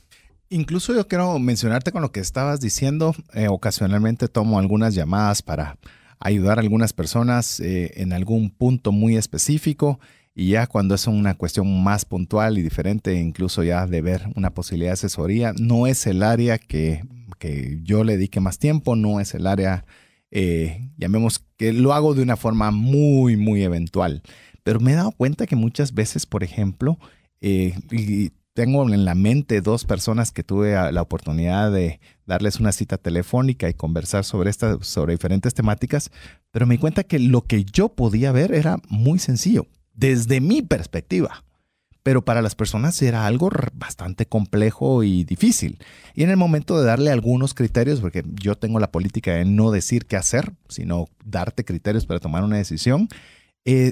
[SPEAKER 1] Incluso yo quiero mencionarte con lo que estabas diciendo. Eh, ocasionalmente tomo algunas llamadas para ayudar a algunas personas eh, en algún punto muy específico. Y ya cuando es una cuestión más puntual y diferente, incluso ya de ver una posibilidad de asesoría, no es el área que, que yo le dedique más tiempo, no es el área, eh, llamemos que lo hago de una forma muy, muy eventual. Pero me he dado cuenta que muchas veces, por ejemplo, eh, y tengo en la mente dos personas que tuve la oportunidad de darles una cita telefónica y conversar sobre, esta, sobre diferentes temáticas, pero me di cuenta que lo que yo podía ver era muy sencillo. Desde mi perspectiva, pero para las personas era algo bastante complejo y difícil. Y en el momento de darle algunos criterios, porque yo tengo la política de no decir qué hacer, sino darte criterios para tomar una decisión, eh,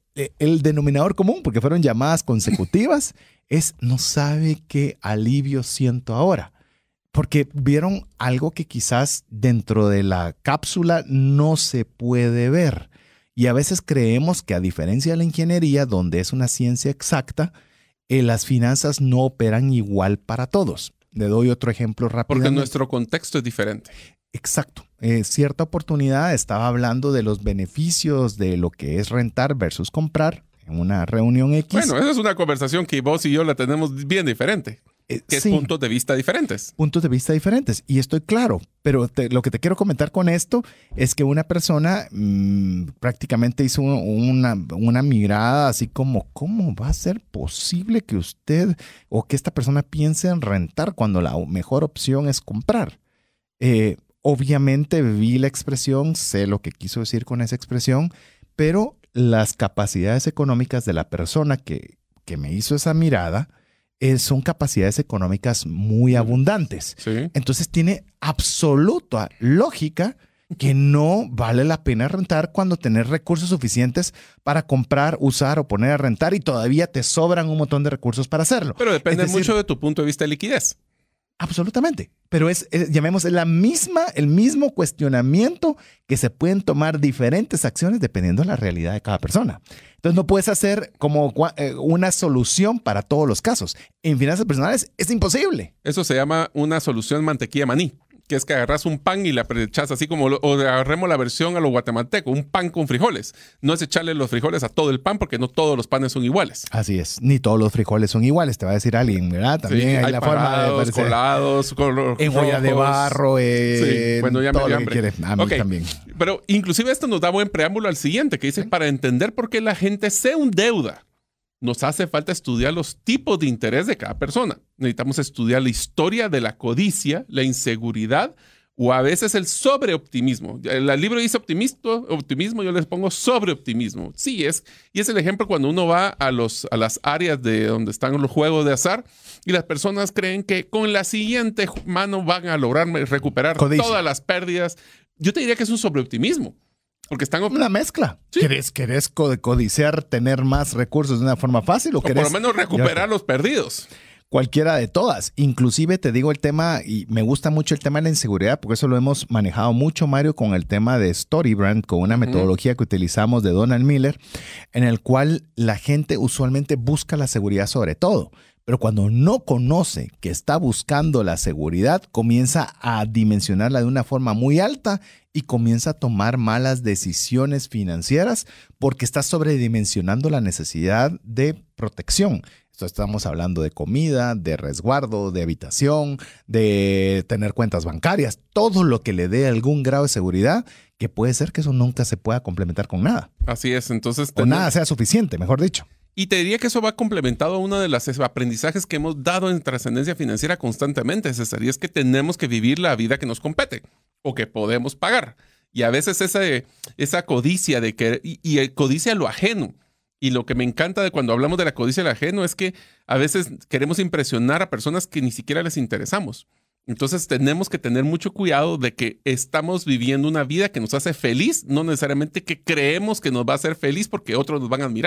[SPEAKER 1] el denominador común, porque fueron llamadas consecutivas, es no sabe qué alivio siento ahora. Porque vieron algo que quizás dentro de la cápsula no se puede ver. Y a veces creemos que a diferencia de la ingeniería, donde es una ciencia exacta, eh, las finanzas no operan igual para todos. Le doy otro ejemplo rápidamente.
[SPEAKER 3] Porque nuestro contexto es diferente.
[SPEAKER 1] Exacto. Eh, cierta oportunidad estaba hablando de los beneficios de lo que es rentar versus comprar en una reunión X.
[SPEAKER 3] Bueno, esa es una conversación que vos y yo la tenemos bien diferente.
[SPEAKER 1] Eh,
[SPEAKER 3] que es
[SPEAKER 1] sí.
[SPEAKER 3] puntos de vista diferentes.
[SPEAKER 1] Puntos de vista diferentes. Y estoy claro, pero te, lo que te quiero comentar con esto es que una persona mmm, prácticamente hizo una, una mirada así como, ¿cómo va a ser posible que usted o que esta persona piense en rentar cuando la mejor opción es comprar? Eh, obviamente vi la expresión, sé lo que quiso decir con esa expresión, pero las capacidades económicas de la persona que, que me hizo esa mirada Eh, son capacidades económicas muy abundantes.
[SPEAKER 3] Sí.
[SPEAKER 1] Entonces tiene absoluta lógica que no vale la pena rentar cuando tenés recursos suficientes para comprar, usar o poner a rentar y todavía te sobran un montón de recursos para hacerlo.
[SPEAKER 3] Pero depende
[SPEAKER 1] Es decir,
[SPEAKER 3] mucho de tu punto de vista de liquidez.
[SPEAKER 1] Absolutamente. Pero es, es llamemos, la misma, el mismo cuestionamiento que se pueden tomar diferentes acciones dependiendo de la realidad de cada persona. Entonces no puedes hacer como una solución para todos los casos. En finanzas personales es imposible.
[SPEAKER 3] Eso se llama una solución mantequilla maní, que es que agarras un pan y la echas así como, lo, o agarremos la versión a lo guatemalteco, un pan con frijoles. No es echarle los frijoles a todo el pan porque no todos los panes son iguales.
[SPEAKER 1] Así es, ni todos los frijoles son iguales, te va a decir alguien, ¿verdad? También
[SPEAKER 3] sí,
[SPEAKER 1] hay,
[SPEAKER 3] hay
[SPEAKER 1] la
[SPEAKER 3] parados,
[SPEAKER 1] forma de
[SPEAKER 3] colados, color
[SPEAKER 1] en olla de barro, eh,
[SPEAKER 3] sí. Bueno, ya
[SPEAKER 1] todo
[SPEAKER 3] me dio
[SPEAKER 1] lo que
[SPEAKER 3] hambre.
[SPEAKER 1] quiere. A mí
[SPEAKER 3] okay.
[SPEAKER 1] también.
[SPEAKER 3] Pero inclusive esto nos da buen preámbulo al siguiente, que dice, ¿sí? Para entender por qué la gente se endeuda, nos hace falta estudiar los tipos de interés de cada persona. Necesitamos estudiar la historia de la codicia, la inseguridad, o a veces el sobreoptimismo. El libro dice optimismo, optimismo, yo les pongo sobreoptimismo. Sí, es, y es el ejemplo cuando uno va a, los, a las áreas de donde están los juegos de azar y las personas creen que con la siguiente mano van a lograr recuperar Codicia. todas las pérdidas. Yo te diría que es un sobreoptimismo. Porque están
[SPEAKER 1] una mezcla. ¿Sí? ¿Querés, ¿Querés codiciar tener más recursos de una forma fácil? O,
[SPEAKER 3] o
[SPEAKER 1] querés,
[SPEAKER 3] por lo menos recuperar los perdidos.
[SPEAKER 1] Cualquiera de todas. Inclusive te digo el tema, y me gusta mucho el tema de la inseguridad, porque eso lo hemos manejado mucho, Mario, con el tema de StoryBrand, con una uh-huh. metodología que utilizamos de Donald Miller, en el cual la gente usualmente busca la seguridad sobre todo. Pero cuando no conoce que está buscando la seguridad, comienza a dimensionarla de una forma muy alta y comienza a tomar malas decisiones financieras porque está sobredimensionando la necesidad de protección. Esto estamos hablando de comida, de resguardo, de habitación, de tener cuentas bancarias, todo lo que le dé algún grado de seguridad, que puede ser que eso nunca se pueda complementar con nada.
[SPEAKER 3] Así es, entonces...
[SPEAKER 1] O nada sea suficiente, mejor dicho.
[SPEAKER 3] Y te diría que eso va complementado a uno de los aprendizajes que hemos dado en Trascendencia Financiera constantemente, César, y es que tenemos que vivir la vida que nos compete o que podemos pagar. Y a veces esa, esa codicia de que, y, y codicia lo ajeno. Y lo que me encanta de cuando hablamos de la codicia del ajeno es que a veces queremos impresionar a personas que ni siquiera les interesamos. Entonces tenemos que tener mucho cuidado de que estamos viviendo una vida que nos hace feliz, no necesariamente que creemos que nos va a hacer feliz porque otros nos van a admirar.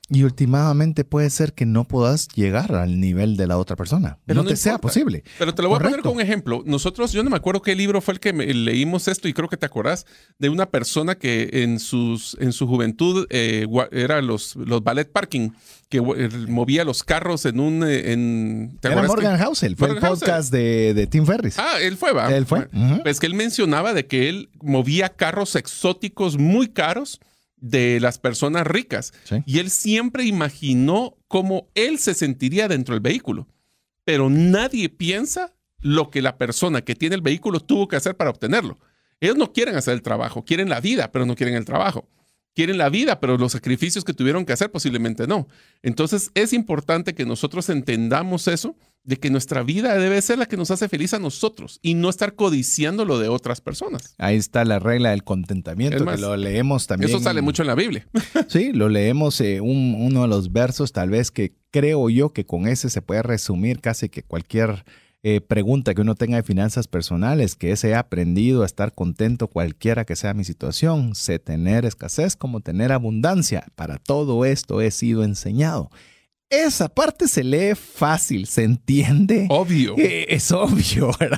[SPEAKER 1] Y últimamente puede ser que no puedas llegar al nivel de la otra persona.
[SPEAKER 3] Pero
[SPEAKER 1] no,
[SPEAKER 3] no
[SPEAKER 1] te
[SPEAKER 3] importa.
[SPEAKER 1] sea posible.
[SPEAKER 3] Pero te lo voy
[SPEAKER 1] Correcto.
[SPEAKER 3] a poner con un ejemplo. Nosotros, yo no me acuerdo qué libro fue el que me- leímos esto y creo que te acordás de una persona que en, sus, en su juventud eh, gua- era los, los ballet parking, que eh, movía los carros en un... eh, En, ¿te
[SPEAKER 1] Era
[SPEAKER 3] acuerdas
[SPEAKER 1] Morgan
[SPEAKER 3] que-
[SPEAKER 1] Housel. Fue
[SPEAKER 3] Morgan
[SPEAKER 1] el
[SPEAKER 3] Housel.
[SPEAKER 1] podcast de, de Tim Ferriss.
[SPEAKER 3] Ah, él fue, ¿va?
[SPEAKER 1] Él fue.
[SPEAKER 3] Bueno,
[SPEAKER 1] Ujú.
[SPEAKER 3] Pues que él mencionaba de que él movía carros exóticos muy caros de las personas ricas.
[SPEAKER 1] Sí.
[SPEAKER 3] Y él siempre imaginó cómo él se sentiría dentro del vehículo. Pero nadie piensa lo que la persona que tiene el vehículo tuvo que hacer para obtenerlo. Ellos no quieren hacer el trabajo, quieren la vida, pero no quieren el trabajo. Quieren la vida, pero los sacrificios que tuvieron que hacer posiblemente no. Entonces es importante que nosotros entendamos eso, de que nuestra vida debe ser la que nos hace feliz a nosotros y no estar codiciando lo de otras personas.
[SPEAKER 1] Ahí está la regla del contentamiento,
[SPEAKER 3] Es más,
[SPEAKER 1] que lo leemos también.
[SPEAKER 3] Eso sale mucho en la Biblia.
[SPEAKER 1] Sí, lo leemos eh, un- uno de los versos, tal vez que creo yo que con ese se puede resumir casi que cualquier eh, pregunta que uno tenga de finanzas personales, que es he aprendido a estar contento cualquiera que sea mi situación, sé tener escasez como tener abundancia. Para todo esto he sido enseñado. Esa parte se lee fácil, se entiende.
[SPEAKER 3] Obvio.
[SPEAKER 1] Eh, es obvio, ¿verdad?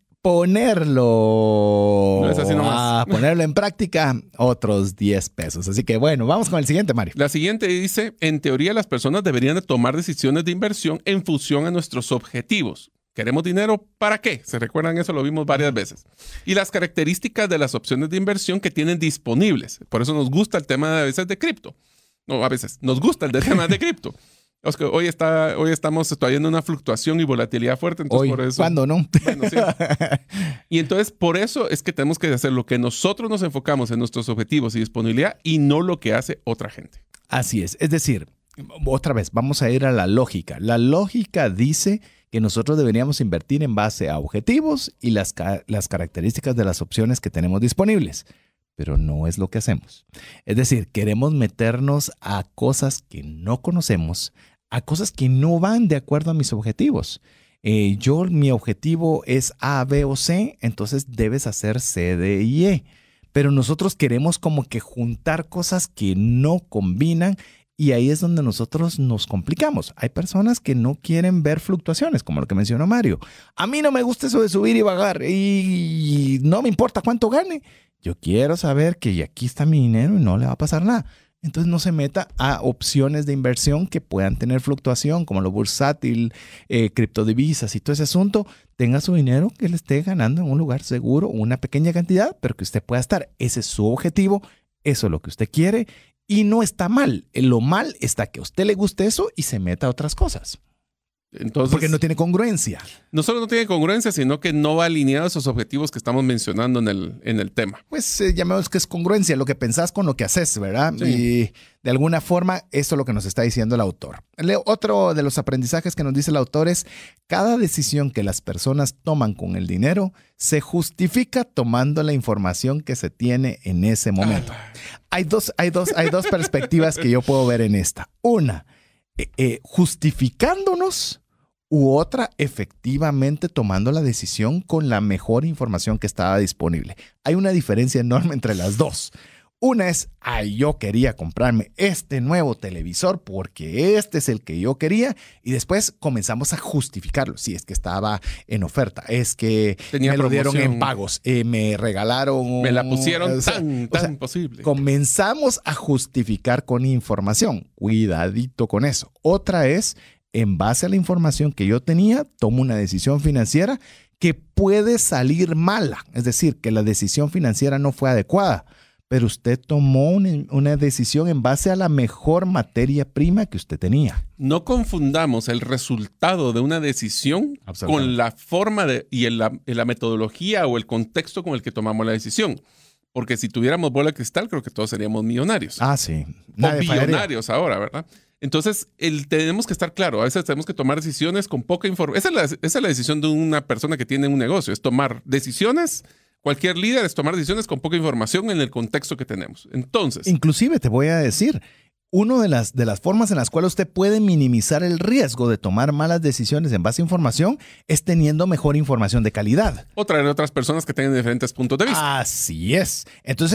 [SPEAKER 1] Ponerlo,
[SPEAKER 3] No es así nomás.
[SPEAKER 1] a ponerlo en práctica, otros diez pesos. Así que bueno, vamos con el siguiente, Mario.
[SPEAKER 3] La siguiente dice, en teoría las personas deberían de tomar decisiones de inversión en función a nuestros objetivos. ¿Queremos dinero para qué? ¿Se recuerdan eso? Lo vimos varias veces. Y las características de las opciones de inversión que tienen disponibles. Por eso nos gusta el tema de, a veces de cripto. No, a veces nos gusta el de tema de cripto. Es que hoy, está, hoy estamos teniendo una fluctuación y volatilidad fuerte. Entonces
[SPEAKER 1] Hoy,
[SPEAKER 3] por eso,
[SPEAKER 1] ¿cuándo no?
[SPEAKER 3] Bueno, sí. Y entonces por eso es que tenemos que hacer lo que nosotros nos enfocamos en nuestros objetivos y disponibilidad y no lo que hace otra gente.
[SPEAKER 1] Así es. Es decir, otra vez, vamos a ir a la lógica. La lógica dice que nosotros deberíamos invertir en base a objetivos y las, ca- las características de las opciones que tenemos disponibles. Pero no es lo que hacemos. Es decir, queremos meternos a cosas que no conocemos, a cosas que no van de acuerdo a mis objetivos. Eh, yo, mi objetivo es A, B o C, entonces debes hacer C, D y E. Pero nosotros queremos como que juntar cosas que no combinan y ahí es donde nosotros nos complicamos. Hay personas que no quieren ver fluctuaciones, como lo que mencionó Mario. A mí no me gusta eso de subir y bajar y no me importa cuánto gane. Yo quiero saber que aquí está mi dinero y no le va a pasar nada. Entonces no se meta a opciones de inversión que puedan tener fluctuación, como lo bursátil, eh, criptodivisas y todo ese asunto. Tenga su dinero que le esté ganando en un lugar seguro, una pequeña cantidad, pero que usted pueda estar. Ese es su objetivo, eso es lo que usted quiere y no está mal. Lo mal está que a usted le guste eso y se meta a otras cosas.
[SPEAKER 3] Entonces,
[SPEAKER 1] Porque no tiene congruencia.
[SPEAKER 3] no solo no tiene congruencia, sino que no va alineado a esos objetivos que estamos mencionando en el, en el tema.
[SPEAKER 1] Pues eh, llamemos que es congruencia, lo que pensás con lo que haces, ¿verdad?
[SPEAKER 3] Sí.
[SPEAKER 1] Y de alguna forma eso es lo que nos está diciendo el autor. Le- Otro de los aprendizajes que nos dice el autor es, cada decisión que las personas toman con el dinero se justifica tomando la información que se tiene en ese momento. Hay dos, hay dos, hay dos perspectivas que yo puedo ver en esta. Una, eh, eh, justificándonos, u otra efectivamente tomando la decisión con la mejor información que estaba disponible. Hay una diferencia enorme entre las dos. Una es, ay, yo quería comprarme este nuevo televisor porque este es el que yo quería y después comenzamos a justificarlo. Si es que estaba en oferta, es que
[SPEAKER 3] Tenía
[SPEAKER 1] me lo dieron
[SPEAKER 3] promoción.
[SPEAKER 1] en pagos, eh, me regalaron...
[SPEAKER 3] Me la pusieron
[SPEAKER 1] o sea,
[SPEAKER 3] tan,
[SPEAKER 1] o
[SPEAKER 3] tan
[SPEAKER 1] sea,
[SPEAKER 3] posible.
[SPEAKER 1] comenzamos a justificar con información. Cuidadito con eso. Otra es, en base a la información que yo tenía, tomo una decisión financiera que puede salir mala. Es decir, que la decisión financiera no fue adecuada, pero usted tomó una, una decisión en base a la mejor materia prima que usted tenía.
[SPEAKER 3] No confundamos el resultado de una decisión
[SPEAKER 1] Absolutamente.
[SPEAKER 3] con la forma de, y el- la, la metodología o el contexto con el que tomamos la decisión. Porque si tuviéramos bola de cristal, creo que todos seríamos millonarios.
[SPEAKER 1] Ah, sí.
[SPEAKER 3] o
[SPEAKER 1] Nadie fallaría.
[SPEAKER 3] billonarios ahora, ¿verdad? Entonces, el, tenemos que estar claro. A veces tenemos que tomar decisiones con poca información. Esa, es la- esa es la decisión de una persona que tiene un negocio. Es tomar decisiones. Cualquier líder es tomar decisiones con poca información en el contexto que tenemos. Entonces,
[SPEAKER 1] Inclusive te voy a decir, una de las, de las formas en las cuales usted puede minimizar el riesgo de tomar malas decisiones en base a información es teniendo mejor información de calidad.
[SPEAKER 3] o traer otras personas que tengan diferentes puntos de vista.
[SPEAKER 1] Así es. Entonces,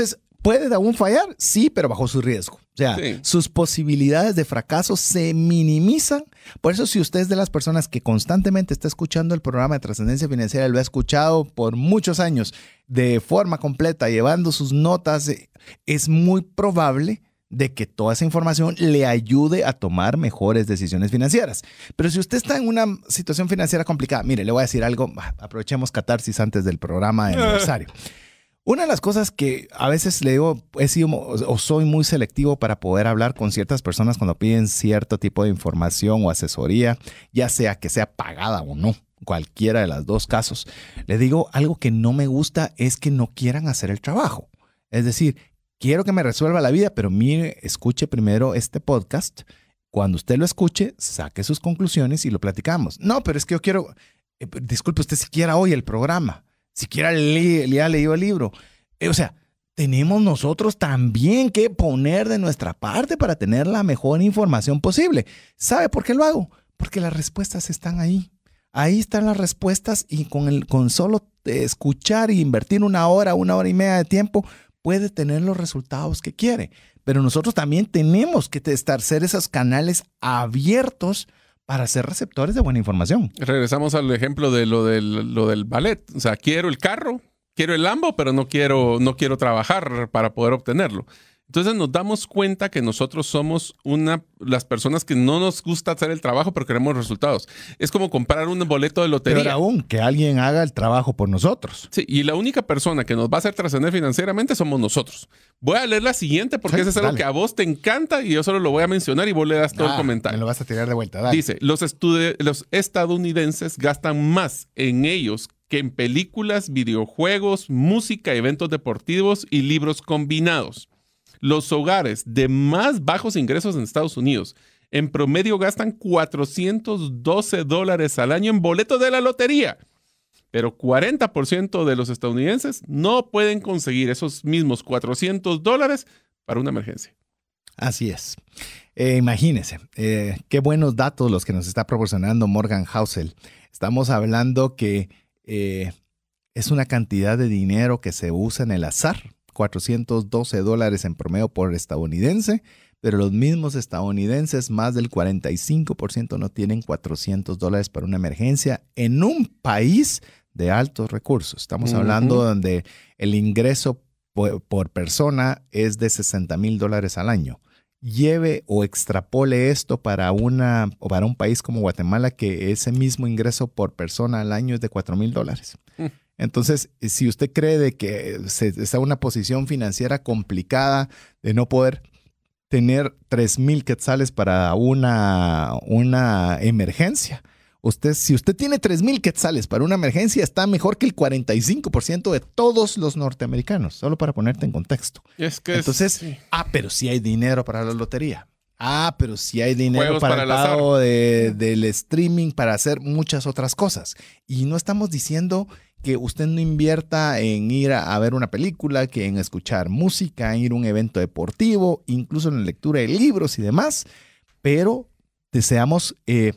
[SPEAKER 1] ¿Puede aún fallar? Sí, pero bajo su riesgo. O sea, sí. Sus posibilidades de fracaso se minimizan. Por eso, si usted es de las personas que constantemente está escuchando el programa de Trascendencia Financiera, lo ha escuchado por muchos años de forma completa, llevando sus notas, es muy probable de que toda esa información le ayude a tomar mejores decisiones financieras. Pero si usted está en una situación financiera complicada, mire, le voy a decir algo, aprovechemos catarsis antes del programa de aniversario. Una de las cosas que a veces le digo, he sido o soy muy selectivo para poder hablar con ciertas personas cuando piden cierto tipo de información o asesoría, ya sea que sea pagada o no, cualquiera de los dos casos. Le digo, algo que no me gusta es que no quieran hacer el trabajo. Es decir, quiero que me resuelva la vida, pero mire, escuche primero este podcast. Cuando usted lo escuche, saque sus conclusiones y lo platicamos. No, pero es que yo quiero, eh, disculpe, usted siquiera oye el programa. Siquiera le, le ha leído el libro. Eh, o sea, tenemos nosotros también que poner de nuestra parte para tener la mejor información posible. ¿Sabe por qué lo hago? Porque las respuestas están ahí. Ahí están las respuestas y con, el, con solo escuchar e invertir una hora, una hora y media de tiempo, puede tener los resultados que quiere. Pero nosotros también tenemos que estar, ser esos canales abiertos para ser receptores de buena información.
[SPEAKER 3] Regresamos al ejemplo de lo del, lo del ballet. O sea, quiero el carro, quiero el Lambo, pero no quiero, no quiero trabajar para poder obtenerlo. Entonces nos damos cuenta que nosotros somos una, las personas que no nos gusta hacer el trabajo, pero queremos resultados. Es como comprar un boleto de lotería.
[SPEAKER 1] Pero aún, que alguien haga el trabajo por nosotros.
[SPEAKER 3] Sí, y la única persona que nos va a hacer trascender financieramente somos nosotros. Voy a leer la siguiente porque sí, eso es algo dale. que a vos te encanta y yo solo lo voy a mencionar y vos le das todo ah, el comentario.
[SPEAKER 1] Me lo vas a tirar de vuelta, dale.
[SPEAKER 3] Dice, los, estudi- los estadounidenses gastan más en ellos que en películas, videojuegos, música, eventos deportivos y libros combinados. Los hogares de más bajos ingresos en Estados Unidos en promedio gastan cuatrocientos doce dólares al año en boletos de la lotería. Pero cuarenta por ciento de los estadounidenses no pueden conseguir esos mismos cuatrocientos dólares para una emergencia.
[SPEAKER 1] Así es. Eh, imagínense, eh, qué buenos datos los que nos está proporcionando Morgan Housel. Estamos hablando que eh, es una cantidad de dinero que se usa en el azar. cuatrocientos doce dólares en promedio por estadounidense, pero los mismos estadounidenses, más del cuarenta y cinco por ciento no tienen cuatrocientos dólares para una emergencia en un país de altos recursos. Estamos uh-huh. hablando donde el ingreso por, por persona es de sesenta mil dólares al año. Lleve o extrapole esto para, una, o para un país como Guatemala, que ese mismo ingreso por persona al año es de cuatro mil dólares. Uh-huh. Entonces, si usted cree de que se, está en una posición financiera complicada de no poder tener tres mil quetzales para una, una emergencia, usted, si usted tiene tres mil quetzales para una emergencia, está mejor que el cuarenta y cinco por ciento de todos los norteamericanos, solo para ponerte en contexto.
[SPEAKER 3] Es que
[SPEAKER 1] Entonces,
[SPEAKER 3] es, sí.
[SPEAKER 1] ah, pero sí hay dinero para la lotería. Ah, pero sí hay dinero
[SPEAKER 3] Juegos
[SPEAKER 1] para,
[SPEAKER 3] para
[SPEAKER 1] el
[SPEAKER 3] el
[SPEAKER 1] pago de, del streaming, para hacer muchas otras cosas. Y no estamos diciendo que usted no invierta en ir a, a ver una película, que en escuchar música, en ir a un evento deportivo, incluso en la lectura de libros y demás, pero seamos eh,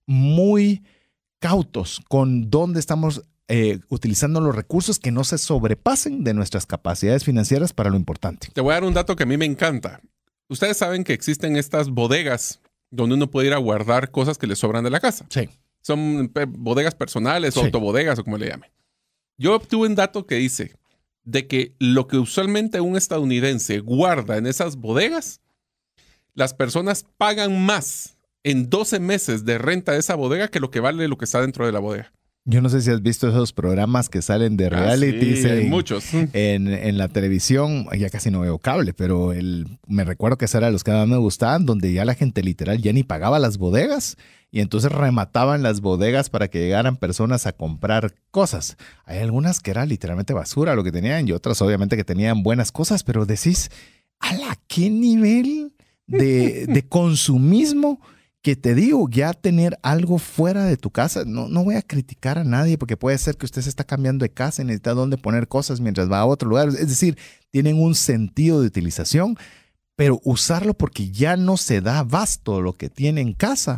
[SPEAKER 1] muy cautos con dónde estamos eh, utilizando los recursos, que no se sobrepasen de nuestras capacidades financieras para lo importante.
[SPEAKER 3] Te voy a dar un dato que a mí me encanta. Ustedes saben que existen estas bodegas donde uno puede ir a guardar cosas que le sobran de la casa.
[SPEAKER 1] Sí.
[SPEAKER 3] Son pe- bodegas personales o
[SPEAKER 1] Sí.
[SPEAKER 3] autobodegas o como le llamen. Yo obtuve un dato que dice de que lo que usualmente un estadounidense guarda en esas bodegas, las personas pagan más en doce meses de renta de esa bodega que lo que vale lo que está dentro de la bodega.
[SPEAKER 1] Yo no sé si has visto esos programas que salen de reality.
[SPEAKER 3] Ah, sí, hay
[SPEAKER 1] en,
[SPEAKER 3] muchos.
[SPEAKER 1] En, en la televisión, ya casi no veo cable, pero el, me recuerdo que esos eran los que más me gustaban, donde ya la gente literal ya ni pagaba las bodegas y entonces remataban las bodegas para que llegaran personas a comprar cosas. Hay algunas que era literalmente basura lo que tenían y otras obviamente que tenían buenas cosas, pero decís, ¿ala qué nivel de, de consumismo? Que te digo, ya tener algo fuera de tu casa, no, no voy a criticar a nadie porque puede ser que usted se está cambiando de casa y necesita dónde poner cosas mientras va a otro lugar. Es decir, tienen un sentido de utilización, pero usarlo porque ya no se da abasto lo que tiene en casa,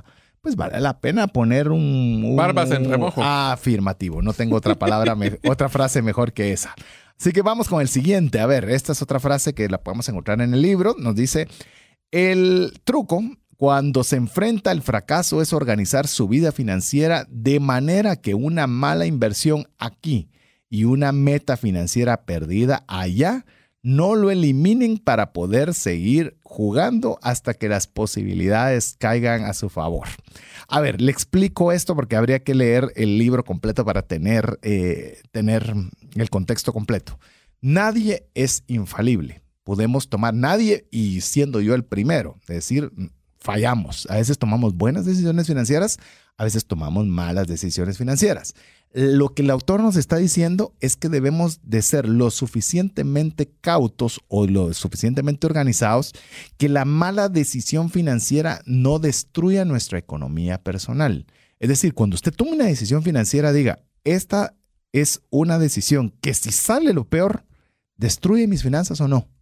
[SPEAKER 1] pues vale la pena poner un... un
[SPEAKER 3] Barbas en remojo.
[SPEAKER 1] Afirmativo. No tengo otra palabra, me, otra frase mejor que esa. Así que vamos con el siguiente. A ver, esta es otra frase que la podemos encontrar en el libro. Nos dice, el truco cuando se enfrenta al fracaso es organizar su vida financiera de manera que una mala inversión aquí y una meta financiera perdida allá no lo eliminen para poder seguir jugando hasta que las posibilidades caigan a su favor. A ver, le explico esto porque habría que leer el libro completo para tener, eh, tener el contexto completo. Nadie es infalible. Podemos tomar nadie, y siendo yo el primero, es decir, fallamos. A veces tomamos buenas decisiones financieras, a veces tomamos malas decisiones financieras. Lo que el autor nos está diciendo es que debemos de ser lo suficientemente cautos o lo suficientemente organizados que la mala decisión financiera no destruya nuestra economía personal. Es decir, cuando usted tome una decisión financiera, diga, esta es una decisión que si sale lo peor, ¿destruye mis finanzas o no?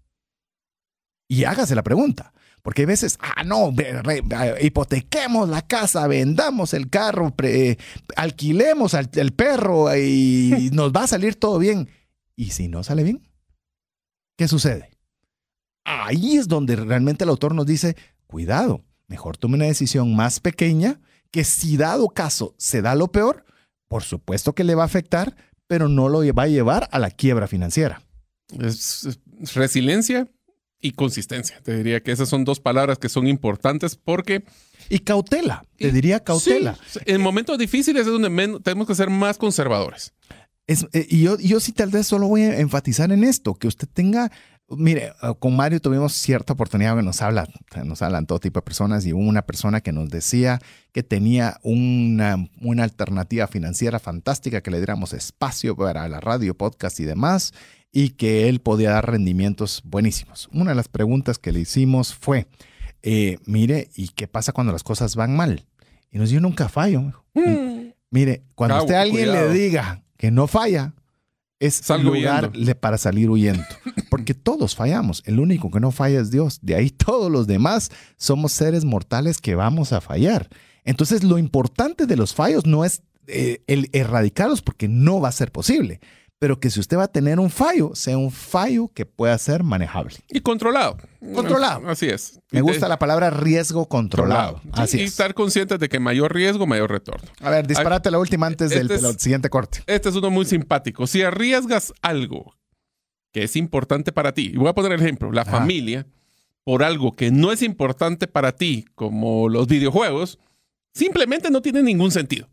[SPEAKER 1] Y hágase la pregunta. Porque hay veces, ah, no, hipotequemos la casa, vendamos el carro, pre, alquilemos al, el perro y nos va a salir todo bien. ¿Y si no sale bien? ¿Qué sucede? Ahí es donde realmente el autor nos dice, cuidado, mejor tome una decisión más pequeña que si dado caso se da lo peor, por supuesto que le va a afectar, pero no lo va a llevar a la quiebra financiera.
[SPEAKER 3] Es, es resiliencia y consistencia. Te diría que esas son dos palabras que son importantes porque...
[SPEAKER 1] Y cautela, te diría cautela.
[SPEAKER 3] Sí, en momentos difíciles es donde menos, tenemos que ser más conservadores.
[SPEAKER 1] Es, eh, y yo, yo sí tal vez solo voy a enfatizar en esto, que usted tenga... Mire, con Mario tuvimos cierta oportunidad que nos habla, nos hablan todo tipo de personas y hubo una persona que nos decía que tenía una, una alternativa financiera fantástica, que le diéramos espacio para la radio, podcast y demás, y que él podía dar rendimientos buenísimos. Una de las preguntas que le hicimos fue, eh, mire, ¿y qué pasa cuando las cosas van mal? Y nos dio nunca fallo. Mm. Mire, cuando
[SPEAKER 3] Cabo,
[SPEAKER 1] usted a alguien cuidado. le diga que no falla, es
[SPEAKER 3] Salgo
[SPEAKER 1] lugar huyendo. para salir huyendo. Porque todos fallamos. El único que no falla es Dios. De ahí todos los demás somos seres mortales que vamos a fallar. Entonces lo importante de los fallos no es eh, el erradicarlos, porque no va a ser posible. Pero que si usted va a tener un fallo, sea un fallo que pueda ser manejable.
[SPEAKER 3] Y controlado.
[SPEAKER 1] Controlado.
[SPEAKER 3] Así es.
[SPEAKER 1] Me gusta la palabra riesgo controlado.
[SPEAKER 3] controlado.
[SPEAKER 1] Así
[SPEAKER 3] sí,
[SPEAKER 1] es.
[SPEAKER 3] Y estar conscientes de que mayor riesgo, mayor retorno.
[SPEAKER 1] A ver, disparate la última antes
[SPEAKER 3] este
[SPEAKER 1] del,
[SPEAKER 3] es,
[SPEAKER 1] del siguiente corte.
[SPEAKER 3] Este es uno muy simpático. Si arriesgas algo que es importante para ti, y voy a poner el ejemplo, la Ajá. familia, por algo que no es importante para ti, como los videojuegos, simplemente no tiene ningún sentido.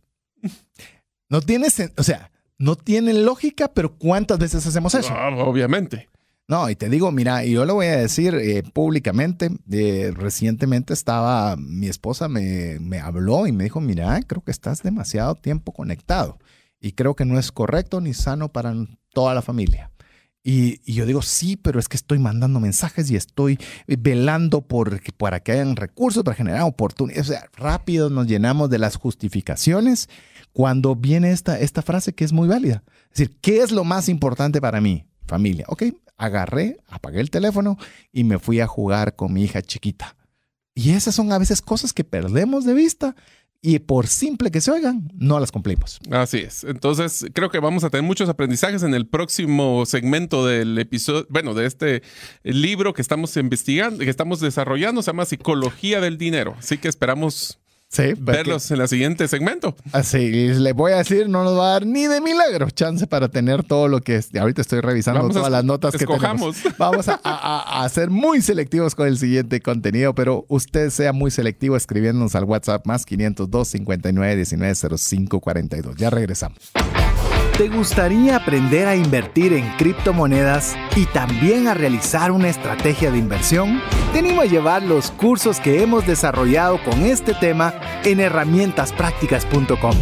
[SPEAKER 1] No tiene, o sea... No tiene lógica, pero ¿cuántas veces hacemos eso?
[SPEAKER 3] No, obviamente.
[SPEAKER 1] No, y te digo, mira, y yo lo voy a decir eh, públicamente. Eh, recientemente estaba, mi esposa me, me habló y me dijo, mira, creo que estás demasiado tiempo conectado. Y creo que no es correcto ni sano para toda la familia. Y, y yo digo, sí, pero es que estoy mandando mensajes y estoy velando por, para que hayan recursos, para generar oportunidades. O sea, rápido nos llenamos de las justificaciones cuando viene esta, esta frase que es muy válida. Es decir, ¿qué es lo más importante para mí? Familia. Ok, agarré, apagué el teléfono y me fui a jugar con mi hija chiquita. Y esas son a veces cosas que perdemos de vista. Y por simple que se oigan, no las cumplimos.
[SPEAKER 3] Así es. Entonces, creo que vamos a tener muchos aprendizajes en el próximo segmento del episodio, bueno, de este libro que estamos investigando, que estamos desarrollando, se llama Psicología del Dinero. Así que esperamos sí, verlos que, en el siguiente segmento.
[SPEAKER 1] Así, les voy a decir, no nos va a dar ni de milagro chance para tener todo lo que es. Ahorita estoy revisando vamos todas a, las notas
[SPEAKER 3] escojamos.
[SPEAKER 1] que tenemos. Vamos a, a, a ser muy selectivos con el siguiente contenido, pero usted sea muy selectivo escribiéndonos al WhatsApp más quinientos dos, cincuenta y nueve, diecinueve, cero cinco, cuarenta y dos. Ya regresamos.
[SPEAKER 4] ¿Te gustaría aprender a invertir en criptomonedas y también a realizar una estrategia de inversión? Te animo a llevar los cursos que hemos desarrollado con este tema en herramientas prácticas punto com.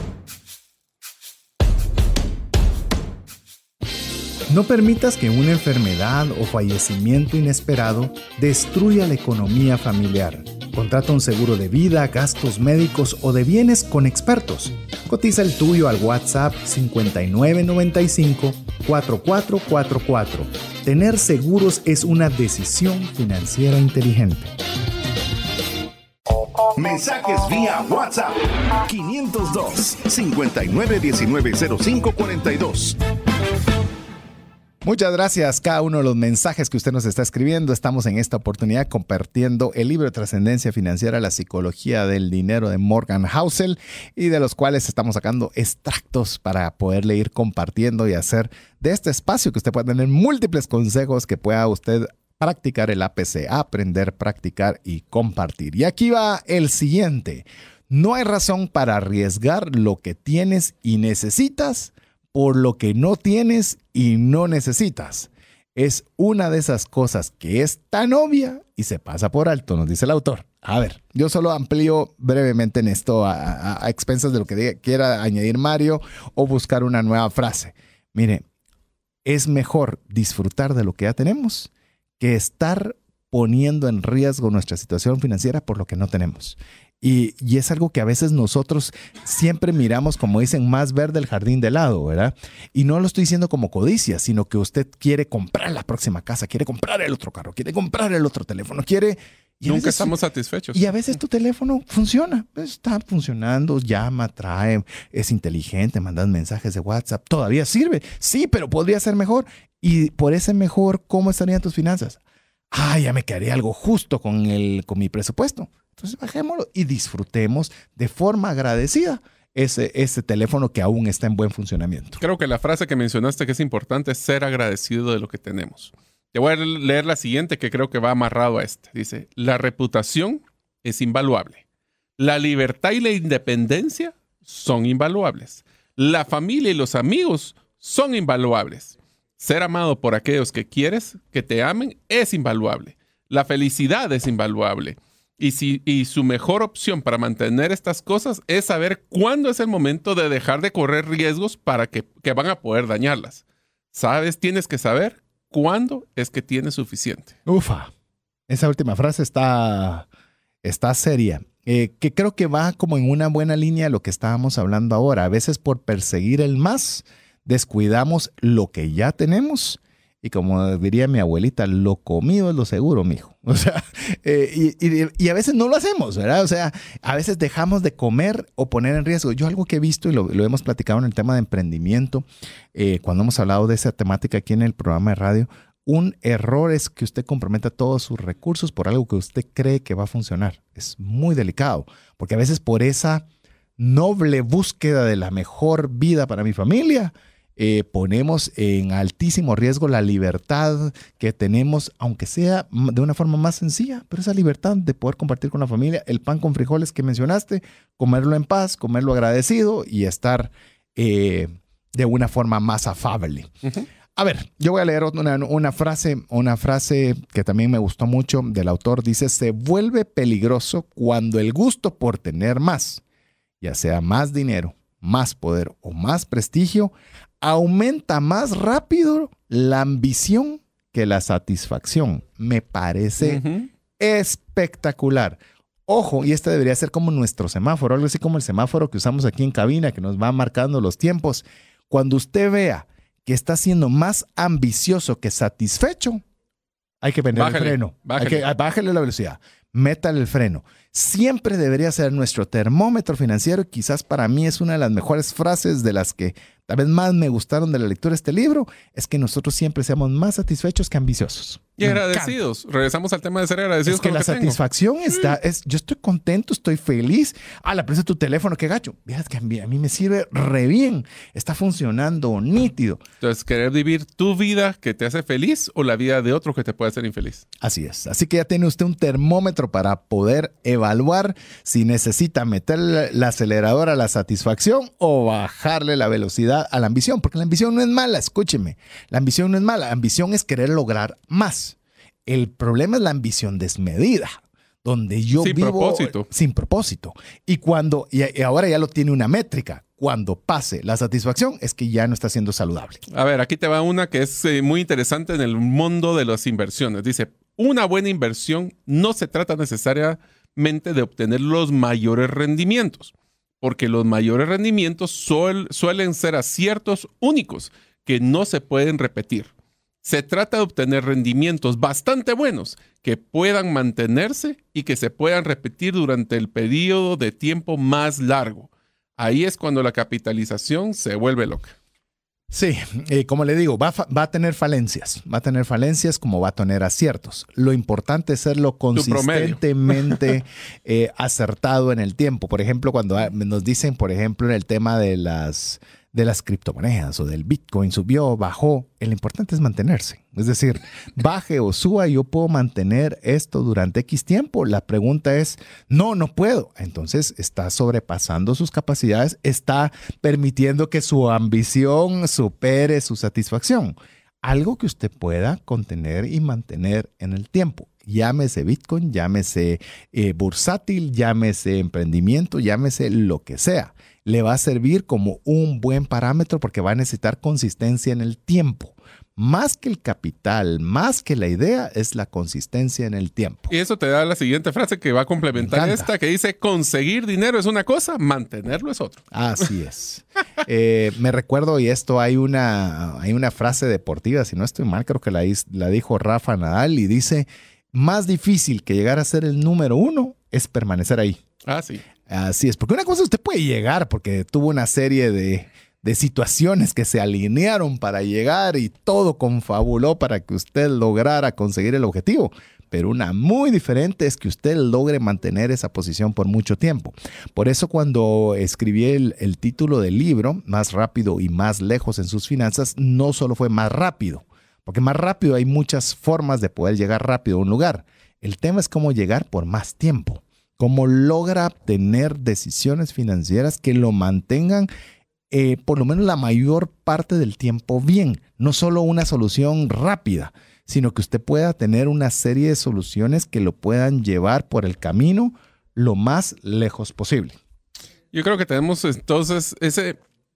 [SPEAKER 4] No permitas que una enfermedad o fallecimiento inesperado destruya la economía familiar. Contrata un seguro de vida, gastos médicos o de bienes con expertos. Cotiza el tuyo al WhatsApp cincuenta y nueve noventa y cinco, cuarenta y cuatro cuarenta y cuatro. Tener seguros es una decisión financiera inteligente.
[SPEAKER 2] Mensajes vía WhatsApp. quinientos dos, cincuenta y nueve, diecinueve, cero cinco cuarenta y dos.
[SPEAKER 1] Muchas gracias cada uno de los mensajes que usted nos está escribiendo. Estamos en esta oportunidad compartiendo el libro de Trascendencia Financiera, la psicología del dinero de Morgan Housel, y de los cuales estamos sacando extractos para poderle ir compartiendo y hacer de este espacio que usted pueda tener múltiples consejos que pueda usted practicar el A P C, aprender, practicar y compartir. Y aquí va el siguiente. No hay razón para arriesgar lo que tienes y necesitas por lo que no tienes y no necesitas. Es una de esas cosas que es tan obvia y se pasa por alto, nos dice el autor. A ver, yo solo amplío brevemente en esto a, a, a expensas de lo que diga, quiera añadir Mario o buscar una nueva frase. Mire, es mejor disfrutar de lo que ya tenemos que estar poniendo en riesgo nuestra situación financiera por lo que no tenemos. Y, y es algo que a veces nosotros siempre miramos, como dicen, más verde el jardín de lado, ¿verdad? Y no lo estoy diciendo como codicia, sino que usted quiere comprar la próxima casa, quiere comprar el otro carro, quiere comprar el otro teléfono, quiere... Y
[SPEAKER 3] Nunca
[SPEAKER 1] veces,
[SPEAKER 3] estamos satisfechos.
[SPEAKER 1] Y a veces tu teléfono funciona, está funcionando, llama, trae, es inteligente, mandas mensajes de WhatsApp, todavía sirve. Sí, pero podría ser mejor. Y por ese mejor, ¿cómo estarían tus finanzas? Ah, ya me quedaría algo justo con, el, con mi presupuesto. Entonces bajémoslo y disfrutemos de forma agradecida ese, ese teléfono que aún está en buen funcionamiento.
[SPEAKER 3] Creo que la frase que mencionaste que es importante es ser agradecido de lo que tenemos. Te voy a leer la siguiente que creo que va amarrado a este. Dice, la reputación es invaluable. La libertad y la independencia son invaluables. La familia y los amigos son invaluables. Ser amado por aquellos que quieres que te amen es invaluable. La felicidad es invaluable. Y, si, y su mejor opción para mantener estas cosas es saber cuándo es el momento de dejar de correr riesgos para que, que van a poder dañarlas. ¿Sabes? Tienes que saber cuándo es que tienes suficiente.
[SPEAKER 1] Ufa, esa última frase está, está seria. Eh, que creo que va como en una buena línea de lo que estábamos hablando ahora. A veces por perseguir el más, descuidamos lo que ya tenemos. Y como diría mi abuelita, lo comido es lo seguro, mijo. O sea, eh, y, y, y a veces no lo hacemos, ¿verdad? O sea, a veces dejamos de comer o poner en riesgo. Yo algo que he visto y lo, lo hemos platicado en el tema de emprendimiento, eh, cuando hemos hablado de esa temática aquí en el programa de radio, un error es que usted comprometa todos sus recursos por algo que usted cree que va a funcionar. Es muy delicado, porque a veces por esa noble búsqueda de la mejor vida para mi familia, Eh, ponemos en altísimo riesgo la libertad que tenemos, aunque sea de una forma más sencilla, pero esa libertad de poder compartir con la familia el pan con frijoles que mencionaste, comerlo en paz, comerlo agradecido y estar eh, de una forma más afable. Uh-huh. A ver, yo voy a leer una, una frase, una frase que también me gustó mucho del autor. Dice, se vuelve peligroso cuando el gusto por tener más, ya sea más dinero, más poder o más prestigio, aumenta más rápido la ambición que la satisfacción. Me parece uh-huh. espectacular. Ojo, y este debería ser como nuestro semáforo, algo así como el semáforo que usamos aquí en cabina, que nos va marcando los tiempos. Cuando usted vea que está siendo más ambicioso que satisfecho, hay que poner el freno. Bájale. Hay que, bájale la velocidad. Métale el freno. Siempre debería ser nuestro termómetro financiero y quizás para mí es una de las mejores frases de las que tal vez más me gustaron de la lectura de este libro, es que nosotros siempre seamos más satisfechos que ambiciosos.
[SPEAKER 3] Y agradecidos. Regresamos al tema de ser agradecidos.
[SPEAKER 1] Es que
[SPEAKER 3] con
[SPEAKER 1] la
[SPEAKER 3] lo que
[SPEAKER 1] satisfacción
[SPEAKER 3] tengo.
[SPEAKER 1] está, es, yo estoy contento, estoy feliz. Ah, la presa de tu teléfono, qué gacho. Fíjate que a mí, a mí me sirve re bien. Está funcionando nítido.
[SPEAKER 3] Entonces, querer vivir tu vida que te hace feliz o la vida de otro que te puede hacer infeliz.
[SPEAKER 1] Así es. Así que ya tiene usted un termómetro para poder evaluar si necesita meterle la aceleradora a la satisfacción o bajarle la velocidad a la ambición. Porque la ambición no es mala, escúcheme. La ambición no es mala. La ambición es querer lograr más. El problema es la ambición desmedida, donde yo
[SPEAKER 3] sin
[SPEAKER 1] vivo
[SPEAKER 3] propósito.
[SPEAKER 1] sin propósito. Y cuando y ahora ya lo tiene una métrica. Cuando pase la satisfacción es que ya no está siendo saludable.
[SPEAKER 3] A ver, aquí te va una que es eh, muy interesante en el mundo de las inversiones. Dice, una buena inversión no se trata necesariamente de obtener los mayores rendimientos, porque los mayores rendimientos suel, suelen ser aciertos únicos que no se pueden repetir. Se trata de obtener rendimientos bastante buenos que puedan mantenerse y que se puedan repetir durante el periodo de tiempo más largo. Ahí es cuando la capitalización se vuelve loca.
[SPEAKER 1] Sí, eh, como le digo, va a, va a tener falencias, va a tener falencias como va a tener aciertos. Lo importante es serlo consistentemente eh, acertado en el tiempo. Por ejemplo, cuando nos dicen, por ejemplo, en el tema de las, de las criptomonedas o del Bitcoin, subió, bajó, lo importante es mantenerse. Es decir, baje o suba, yo puedo mantener esto durante X tiempo. La pregunta es, no, no puedo. Entonces está sobrepasando sus capacidades, está permitiendo que su ambición supere su satisfacción. Algo que usted pueda contener y mantener en el tiempo. Llámese Bitcoin, llámese eh, bursátil, llámese emprendimiento, llámese lo que sea. Le va a servir como un buen parámetro porque va a necesitar consistencia en el tiempo. Más que el capital, más que la idea, es la consistencia en el tiempo.
[SPEAKER 3] Y eso te da la siguiente frase que va a complementar esta, que dice, conseguir dinero es una cosa, mantenerlo es otra.
[SPEAKER 1] Así es. eh, me recuerdo, y esto hay una, hay una frase deportiva, si no estoy mal, creo que la, la dijo Rafa Nadal, y dice, más difícil que llegar a ser el número uno es permanecer ahí.
[SPEAKER 3] Ah, sí.
[SPEAKER 1] Así es, porque una cosa usted puede llegar porque tuvo una serie de, de situaciones que se alinearon para llegar y todo confabuló para que usted lograra conseguir el objetivo. Pero una muy diferente es que usted logre mantener esa posición por mucho tiempo. Por eso cuando escribí el, el título del libro, Más rápido y más lejos en sus finanzas, no solo fue más rápido, porque más rápido hay muchas formas de poder llegar rápido a un lugar. El tema es cómo llegar por más tiempo. Cómo logra tener decisiones financieras que lo mantengan eh, por lo menos la mayor parte del tiempo bien. No solo una solución rápida, sino que usted pueda tener una serie de soluciones que lo puedan llevar por el camino lo más lejos posible.
[SPEAKER 3] Yo creo que tenemos entonces ese...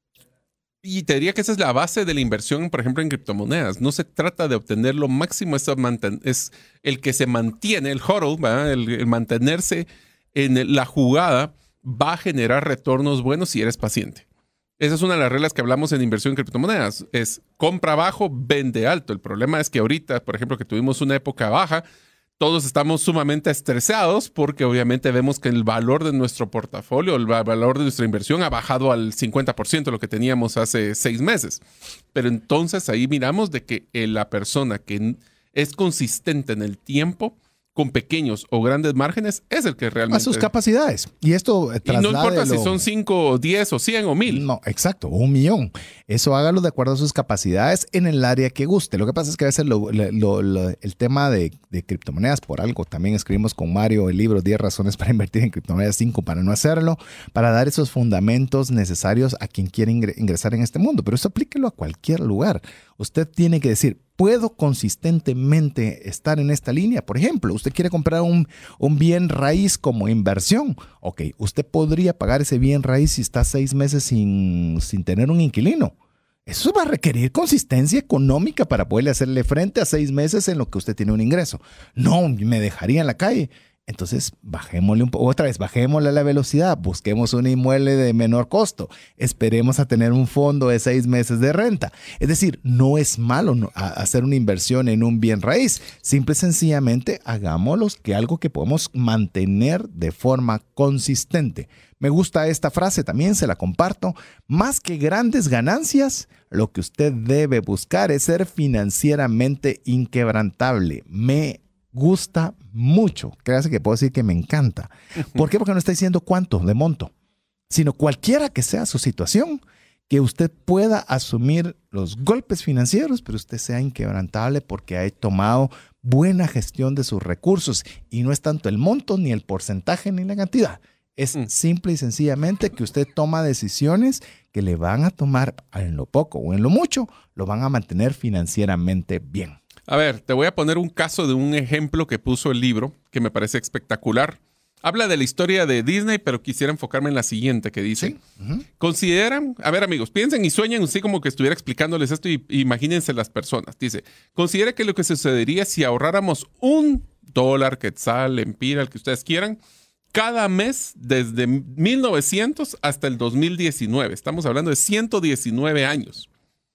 [SPEAKER 3] Y te diría que esa es la base de la inversión, por ejemplo, en criptomonedas. No se trata de obtener lo máximo, es, es el que se mantiene, el hodl, el, el mantenerse en la jugada va a generar retornos buenos si eres paciente. Esa es una de las reglas que hablamos en inversión en criptomonedas. Es compra bajo, vende alto. El problema es que ahorita, por ejemplo, que tuvimos una época baja, todos estamos sumamente estresados porque obviamente vemos que el valor de nuestro portafolio, el valor de nuestra inversión ha bajado al cincuenta por ciento de lo que teníamos hace seis meses. Pero entonces ahí miramos de que la persona que es consistente en el tiempo, con pequeños o grandes márgenes, es el que realmente...
[SPEAKER 1] A sus capacidades. Y esto
[SPEAKER 3] Y no importa si son cinco, diez o cien o mil.
[SPEAKER 1] No, exacto, un millón. Eso hágalo de acuerdo a sus capacidades en el área que guste. Lo que pasa es que a veces lo, lo, lo, el tema de, de criptomonedas, por algo, también escribimos con Mario el libro diez razones para invertir en criptomonedas, cinco para no hacerlo, para dar esos fundamentos necesarios a quien quiere ingresar en este mundo. Pero eso aplíquelo a cualquier lugar. Usted tiene que decir, ¿puedo consistentemente estar en esta línea? Por ejemplo, usted quiere comprar un, un bien raíz como inversión. Ok, usted podría pagar ese bien raíz si está seis meses sin, sin tener un inquilino. Eso va a requerir consistencia económica para poderle hacerle frente a seis meses en lo que usted tiene un ingreso. No, me dejaría en la calle. Entonces, bajémosle un poco, otra vez, bajémosle la velocidad, busquemos un inmueble de menor costo, esperemos a tener un fondo de seis meses de renta. Es decir, no es malo no, hacer una inversión en un bien raíz, simple y sencillamente hagámoslo que algo que podemos mantener de forma consistente. Me gusta esta frase, también se la comparto. Más que grandes ganancias, lo que usted debe buscar es ser financieramente inquebrantable. Me gusta mucho. Créase que puedo decir que me encanta. ¿Por qué? Porque no está diciendo cuánto de monto, sino cualquiera que sea su situación, que usted pueda asumir los golpes financieros, pero usted sea inquebrantable porque ha tomado buena gestión de sus recursos. Y no es tanto el monto, ni el porcentaje, ni la cantidad. Es mm. simple y sencillamente que usted toma decisiones que le van a tomar en lo poco o en lo mucho, lo van a mantener financieramente bien.
[SPEAKER 3] A ver, te voy a poner un caso de un ejemplo que puso el libro que me parece espectacular. Habla de la historia de Disney, pero quisiera enfocarme en la siguiente que dice. ¿Sí? Uh-huh. Consideran, a ver amigos, piensen y sueñen así como que estuviera explicándoles esto y imagínense las personas. Dice, considera que lo que sucedería si ahorráramos un dólar, quetzal, empira, el que ustedes quieran, cada mes desde mil novecientos hasta el dos mil diecinueve. Estamos hablando de ciento diecinueve años.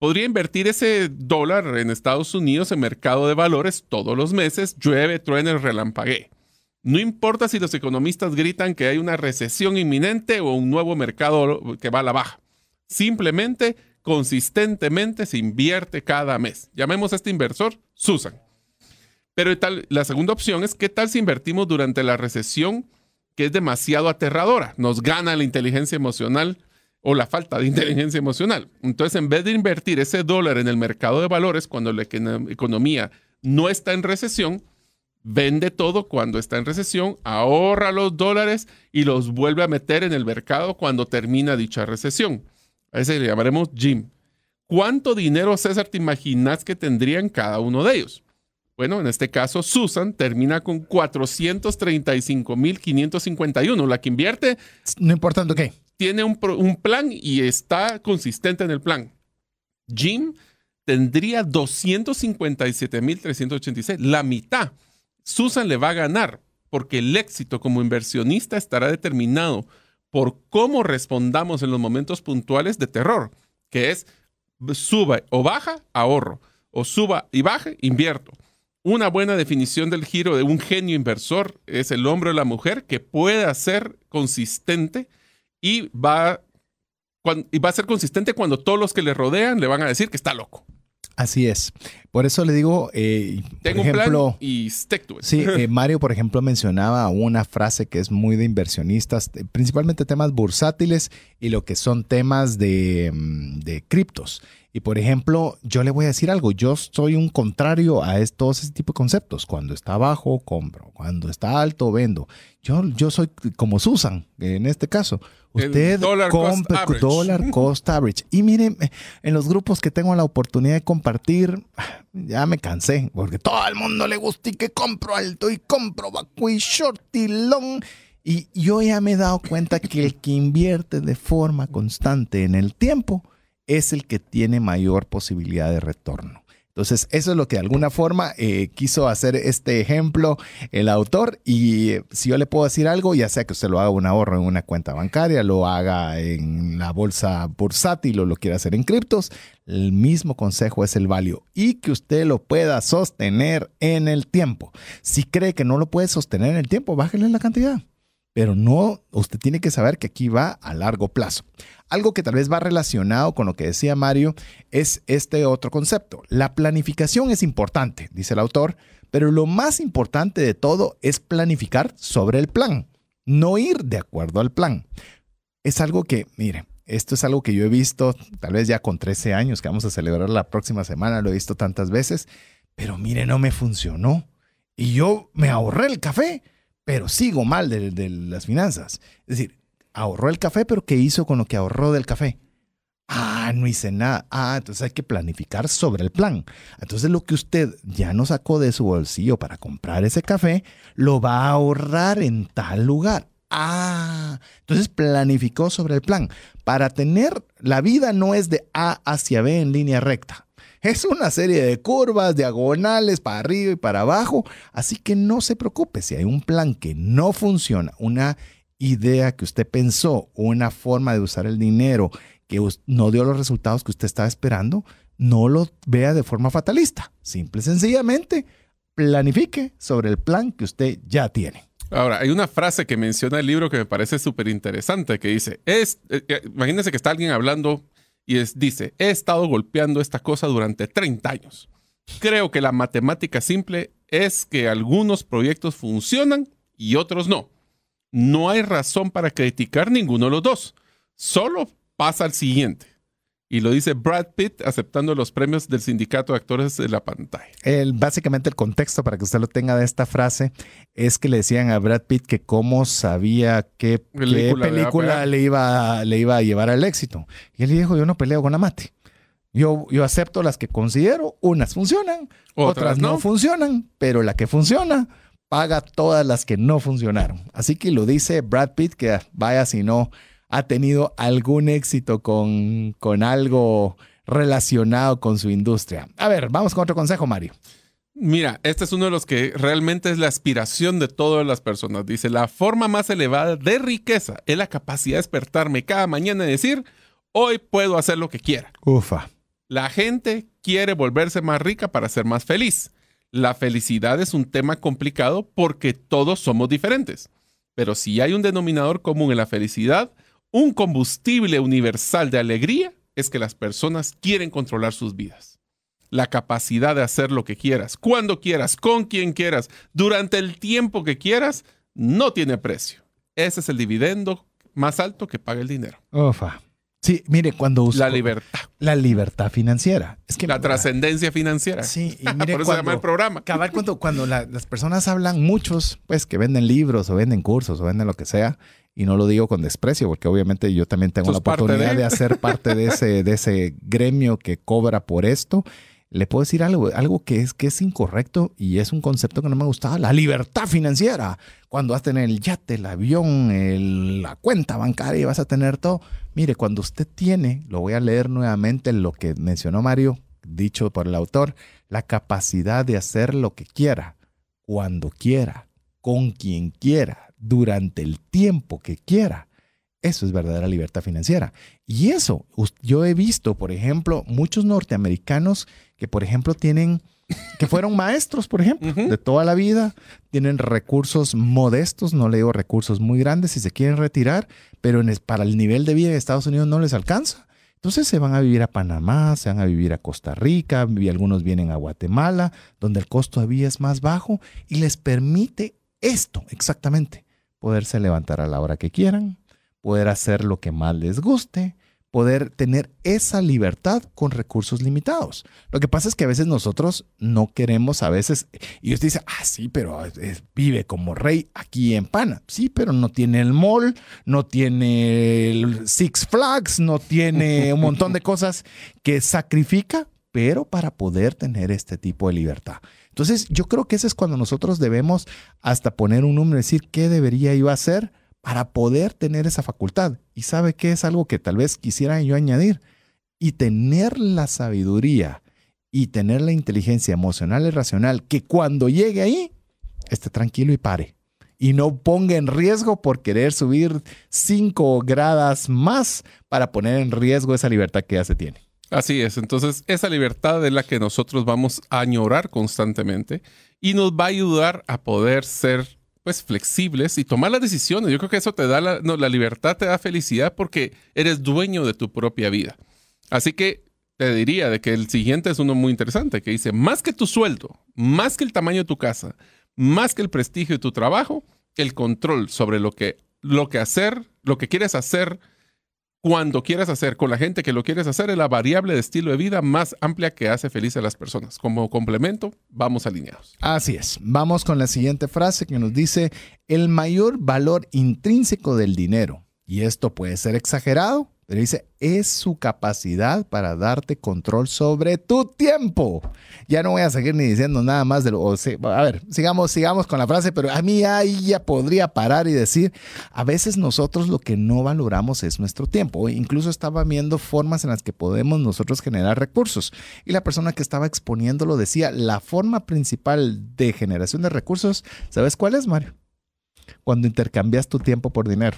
[SPEAKER 3] podría invertir ese dólar en Estados Unidos en mercado de valores todos los meses, llueve, truene, relampaguee. No importa si los economistas gritan que hay una recesión inminente o un nuevo mercado que va a la baja. Simplemente, consistentemente se invierte cada mes. Llamemos a este inversor Susan. Pero tal, la segunda opción es, ¿qué tal si invertimos durante la recesión que es demasiado aterradora? Nos gana la inteligencia emocional o la falta de inteligencia emocional. Entonces, en vez de invertir ese dólar en el mercado de valores cuando la economía no está en recesión, vende todo cuando está en recesión, ahorra los dólares y los vuelve a meter en el mercado cuando termina dicha recesión. A ese le llamaremos Jim. ¿Cuánto dinero, César, te imaginas que tendrían cada uno de ellos? Bueno, en este caso, Susan termina con cuatrocientos treinta y cinco mil quinientos cincuenta y uno. La que invierte...
[SPEAKER 1] No importando qué.
[SPEAKER 3] Tiene un, un plan y está consistente en el plan. Jim tendría doscientos cincuenta y siete mil trescientos ochenta y seis. La mitad. Susan le va a ganar porque el éxito como inversionista estará determinado por cómo respondamos en los momentos puntuales de terror, que es suba o baja, ahorro, o suba y baje, invierto. Una buena definición del giro de un genio inversor es el hombre o la mujer que pueda ser consistente y va, cuando, y va a ser consistente cuando todos los que le rodean le van a decir que está loco.
[SPEAKER 1] Así es. Por eso le digo, eh,
[SPEAKER 3] Tengo
[SPEAKER 1] por ejemplo,
[SPEAKER 3] un plan y stick to it.
[SPEAKER 1] Sí, eh, Mario, por ejemplo, mencionaba una frase que es muy de inversionistas, principalmente temas bursátiles y lo que son temas de, de criptos. Y, por ejemplo, yo le voy a decir algo. Yo soy un contrario a es, todos ese tipo de conceptos. Cuando está bajo, compro. Cuando está alto, vendo. Yo, yo soy como Susan, en este caso. Usted
[SPEAKER 3] dollar
[SPEAKER 1] compra
[SPEAKER 3] cost average.
[SPEAKER 1] Dollar cost average. Y miren, en los grupos que tengo la oportunidad de compartir, ya me cansé. Porque todo el mundo le gusta y que compro alto y compro bajo y short y long. Y yo ya me he dado cuenta que el que invierte de forma constante en el tiempo es el que tiene mayor posibilidad de retorno. Entonces, eso es lo que de alguna forma eh, quiso hacer este ejemplo el autor. Y eh, si yo le puedo decir algo, ya sea que usted lo haga un ahorro en una cuenta bancaria, lo haga en la bolsa bursátil o lo quiera hacer en criptos, el mismo consejo es el value y que usted lo pueda sostener en el tiempo. Si cree que no lo puede sostener en el tiempo, bájele la cantidad. Pero no, usted tiene que saber que aquí va a largo plazo. Algo que tal vez va relacionado con lo que decía Mario es este otro concepto. La planificación es importante, dice el autor, pero lo más importante de todo es planificar sobre el plan, no ir de acuerdo al plan. Es algo que, mire, esto es algo que yo he visto tal vez ya con trece años, que vamos a celebrar la próxima semana, lo he visto tantas veces, pero mire, no me funcionó. Y yo me ahorré el café, pero sigo mal de, de las finanzas. Es decir, ahorró el café, pero ¿qué hizo con lo que ahorró del café? Ah, no hice nada. Ah, entonces hay que planificar sobre el plan. Entonces lo que usted ya no sacó de su bolsillo para comprar ese café, lo va a ahorrar en tal lugar. Ah, entonces planificó sobre el plan. Para tener, la vida no es de A hacia B en línea recta. Es una serie de curvas, diagonales, para arriba y para abajo. Así que no se preocupe si hay un plan que no funciona, una idea que usted pensó, una forma de usar el dinero que no dio los resultados que usted estaba esperando, no lo vea de forma fatalista. Simple y sencillamente, planifique sobre el plan que usted ya tiene.
[SPEAKER 3] Ahora, hay una frase que menciona el libro que me parece súper interesante, que dice, es, eh, imagínense que está alguien hablando y es, dice, he estado golpeando esta cosa durante treinta años. Creo que la matemática simple es que algunos proyectos funcionan y otros no. No hay razón para criticar ninguno de los dos. Solo pasa al siguiente. Y lo dice Brad Pitt aceptando los premios del Sindicato de Actores de la Pantalla.
[SPEAKER 1] El, básicamente el contexto para que usted lo tenga de esta frase es que le decían a Brad Pitt que cómo sabía qué película, qué película le, iba, le iba a llevar al éxito. Y él dijo, yo no peleo con la mate. Yo, yo acepto las que considero, unas funcionan, otras, otras no. no funcionan, pero la que funciona paga todas las que no funcionaron. Así que lo dice Brad Pitt, que vaya si no ha tenido algún éxito con, con algo relacionado con su industria. A ver, vamos con otro consejo, Mario.
[SPEAKER 3] Mira, este es uno de los que realmente es la aspiración de todas las personas. Dice, la forma más elevada de riqueza es la capacidad de despertarme cada mañana y decir, hoy puedo hacer lo que quiera.
[SPEAKER 1] Ufa.
[SPEAKER 3] La gente quiere volverse más rica para ser más feliz. La felicidad es un tema complicado porque todos somos diferentes. Pero si hay un denominador común en la felicidad, un combustible universal de alegría, es que las personas quieren controlar sus vidas. La capacidad de hacer lo que quieras, cuando quieras, con quien quieras, durante el tiempo que quieras, no tiene precio. Ese es el dividendo más alto que paga el dinero.
[SPEAKER 1] Ufa. Sí, mire, cuando usted...
[SPEAKER 3] La libertad.
[SPEAKER 1] La libertad financiera. Es que
[SPEAKER 3] la trascendencia financiera.
[SPEAKER 1] Sí, y mire,
[SPEAKER 3] por eso
[SPEAKER 1] cuando,
[SPEAKER 3] se llama el programa.
[SPEAKER 1] Cabal, cuando, cuando la, las personas hablan, muchos, pues, que venden libros o venden cursos o venden lo que sea, y no lo digo con desprecio, porque obviamente yo también tengo la oportunidad de... de hacer parte de ese, de ese gremio que cobra por esto. Le puedo decir algo, algo que es, que es incorrecto y es un concepto que no me gustaba, la libertad financiera. Cuando vas a tener el yate, el avión, el, la cuenta bancaria y vas a tener todo. Mire, cuando usted tiene, lo voy a leer nuevamente lo que mencionó Mario, dicho por el autor, la capacidad de hacer lo que quiera, cuando quiera, con quien quiera, durante el tiempo que quiera. Eso es verdadera libertad financiera. Y eso, yo he visto, por ejemplo, muchos norteamericanos que, por ejemplo, tienen, que fueron maestros, por ejemplo, uh-huh. de toda la vida, tienen recursos modestos, no le digo recursos muy grandes si se quieren retirar, pero en, para el nivel de vida de Estados Unidos no les alcanza. Entonces se van a vivir a Panamá, se van a vivir a Costa Rica, y algunos vienen a Guatemala, donde el costo de vida es más bajo y les permite esto exactamente, poderse levantar a la hora que quieran, poder hacer lo que más les guste, poder tener esa libertad con recursos limitados. Lo que pasa es que a veces nosotros no queremos a veces, y usted dice, ah, sí, pero es, vive como rey aquí en Pana. Sí, pero no tiene el mall, no tiene el Six Flags, no tiene un montón de cosas que sacrifica, pero para poder tener este tipo de libertad. Entonces, yo creo que ese es cuando nosotros debemos hasta poner un número y decir qué debería yo hacer para poder tener esa facultad. Y sabe que es algo que tal vez quisiera yo añadir. Y tener la sabiduría y tener la inteligencia emocional y racional que cuando llegue ahí, esté tranquilo y pare. Y no ponga en riesgo por querer subir cinco gradas más para poner en riesgo esa libertad que ya se tiene.
[SPEAKER 3] Así es. Entonces, esa libertad es la que nosotros vamos a añorar constantemente y nos va a ayudar a poder ser pues flexibles y tomar las decisiones. Yo creo que eso te da la, no, la libertad, te da felicidad porque eres dueño de tu propia vida. Así que te diría de que el siguiente es uno muy interesante que dice, más que tu sueldo, más que el tamaño de tu casa, más que el prestigio de tu trabajo, el control sobre lo que, lo que hacer, lo que quieres hacer, cuando quieres hacer, con la gente que lo quieres hacer, es la variable de estilo de vida más amplia que hace feliz a las personas. Como complemento, vamos alineados.
[SPEAKER 1] Así es. Vamos con la siguiente frase que nos dice, el mayor valor intrínseco del dinero, y esto puede ser exagerado, pero dice, es su capacidad para darte control sobre tu tiempo. Ya no voy a seguir ni diciendo nada más de lo... O sea, a ver, sigamos, sigamos con la frase, pero a mí ahí ya podría parar y decir, a veces nosotros lo que no valoramos es nuestro tiempo. Incluso estaba viendo formas en las que podemos nosotros generar recursos. Y la persona que estaba exponiéndolo decía, la forma principal de generación de recursos, ¿sabes cuál es, Mario? Cuando intercambias tu tiempo por dinero.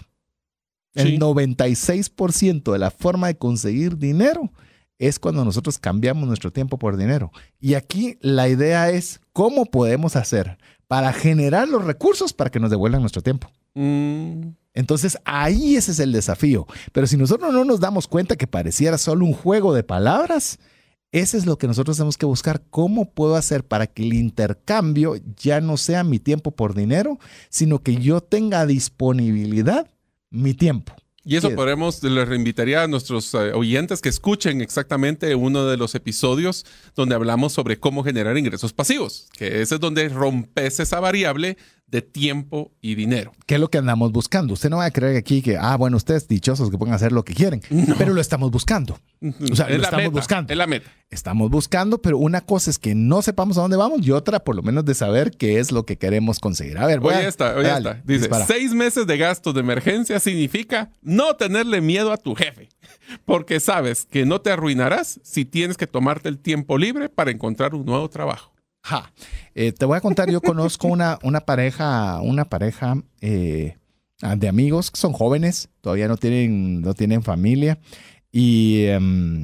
[SPEAKER 1] El sí. noventa y seis por ciento de la forma de conseguir dinero es cuando nosotros cambiamos nuestro tiempo por dinero. Y aquí la idea es cómo podemos hacer para generar los recursos para que nos devuelvan nuestro tiempo. Mm. Entonces ahí ese es el desafío. Pero si nosotros no nos damos cuenta que pareciera solo un juego de palabras, ese es lo que nosotros tenemos que buscar. ¿Cómo puedo hacer para que el intercambio ya no sea mi tiempo por dinero, sino que yo tenga disponibilidad mi tiempo?
[SPEAKER 3] Y eso podremos, les reinvitaría a nuestros uh, oyentes que escuchen exactamente uno de los episodios donde hablamos sobre cómo generar ingresos pasivos, que ese es donde rompes esa variable de tiempo y dinero.
[SPEAKER 1] ¿Qué es lo que andamos buscando? Usted no va a creer aquí que, ah, bueno, ustedes dichosos que pueden hacer lo que quieren, no. Pero lo estamos buscando. O sea,
[SPEAKER 3] es
[SPEAKER 1] lo
[SPEAKER 3] la
[SPEAKER 1] estamos
[SPEAKER 3] meta,
[SPEAKER 1] buscando.
[SPEAKER 3] Es la meta.
[SPEAKER 1] Estamos buscando, pero una cosa es que no sepamos a dónde vamos y otra, por lo menos, de saber qué es lo que queremos conseguir. A ver, voy
[SPEAKER 3] oye
[SPEAKER 1] a,
[SPEAKER 3] esta, oye
[SPEAKER 1] dale,
[SPEAKER 3] esta. Dice,
[SPEAKER 1] dispara.
[SPEAKER 3] seis meses de gastos de emergencia significa no tenerle miedo a tu jefe, porque sabes que no te arruinarás si tienes que tomarte el tiempo libre para encontrar un nuevo trabajo.
[SPEAKER 1] Ja. Eh, te voy a contar, yo conozco una, una pareja, una pareja eh, de amigos que son jóvenes, todavía no tienen, no tienen familia y, um,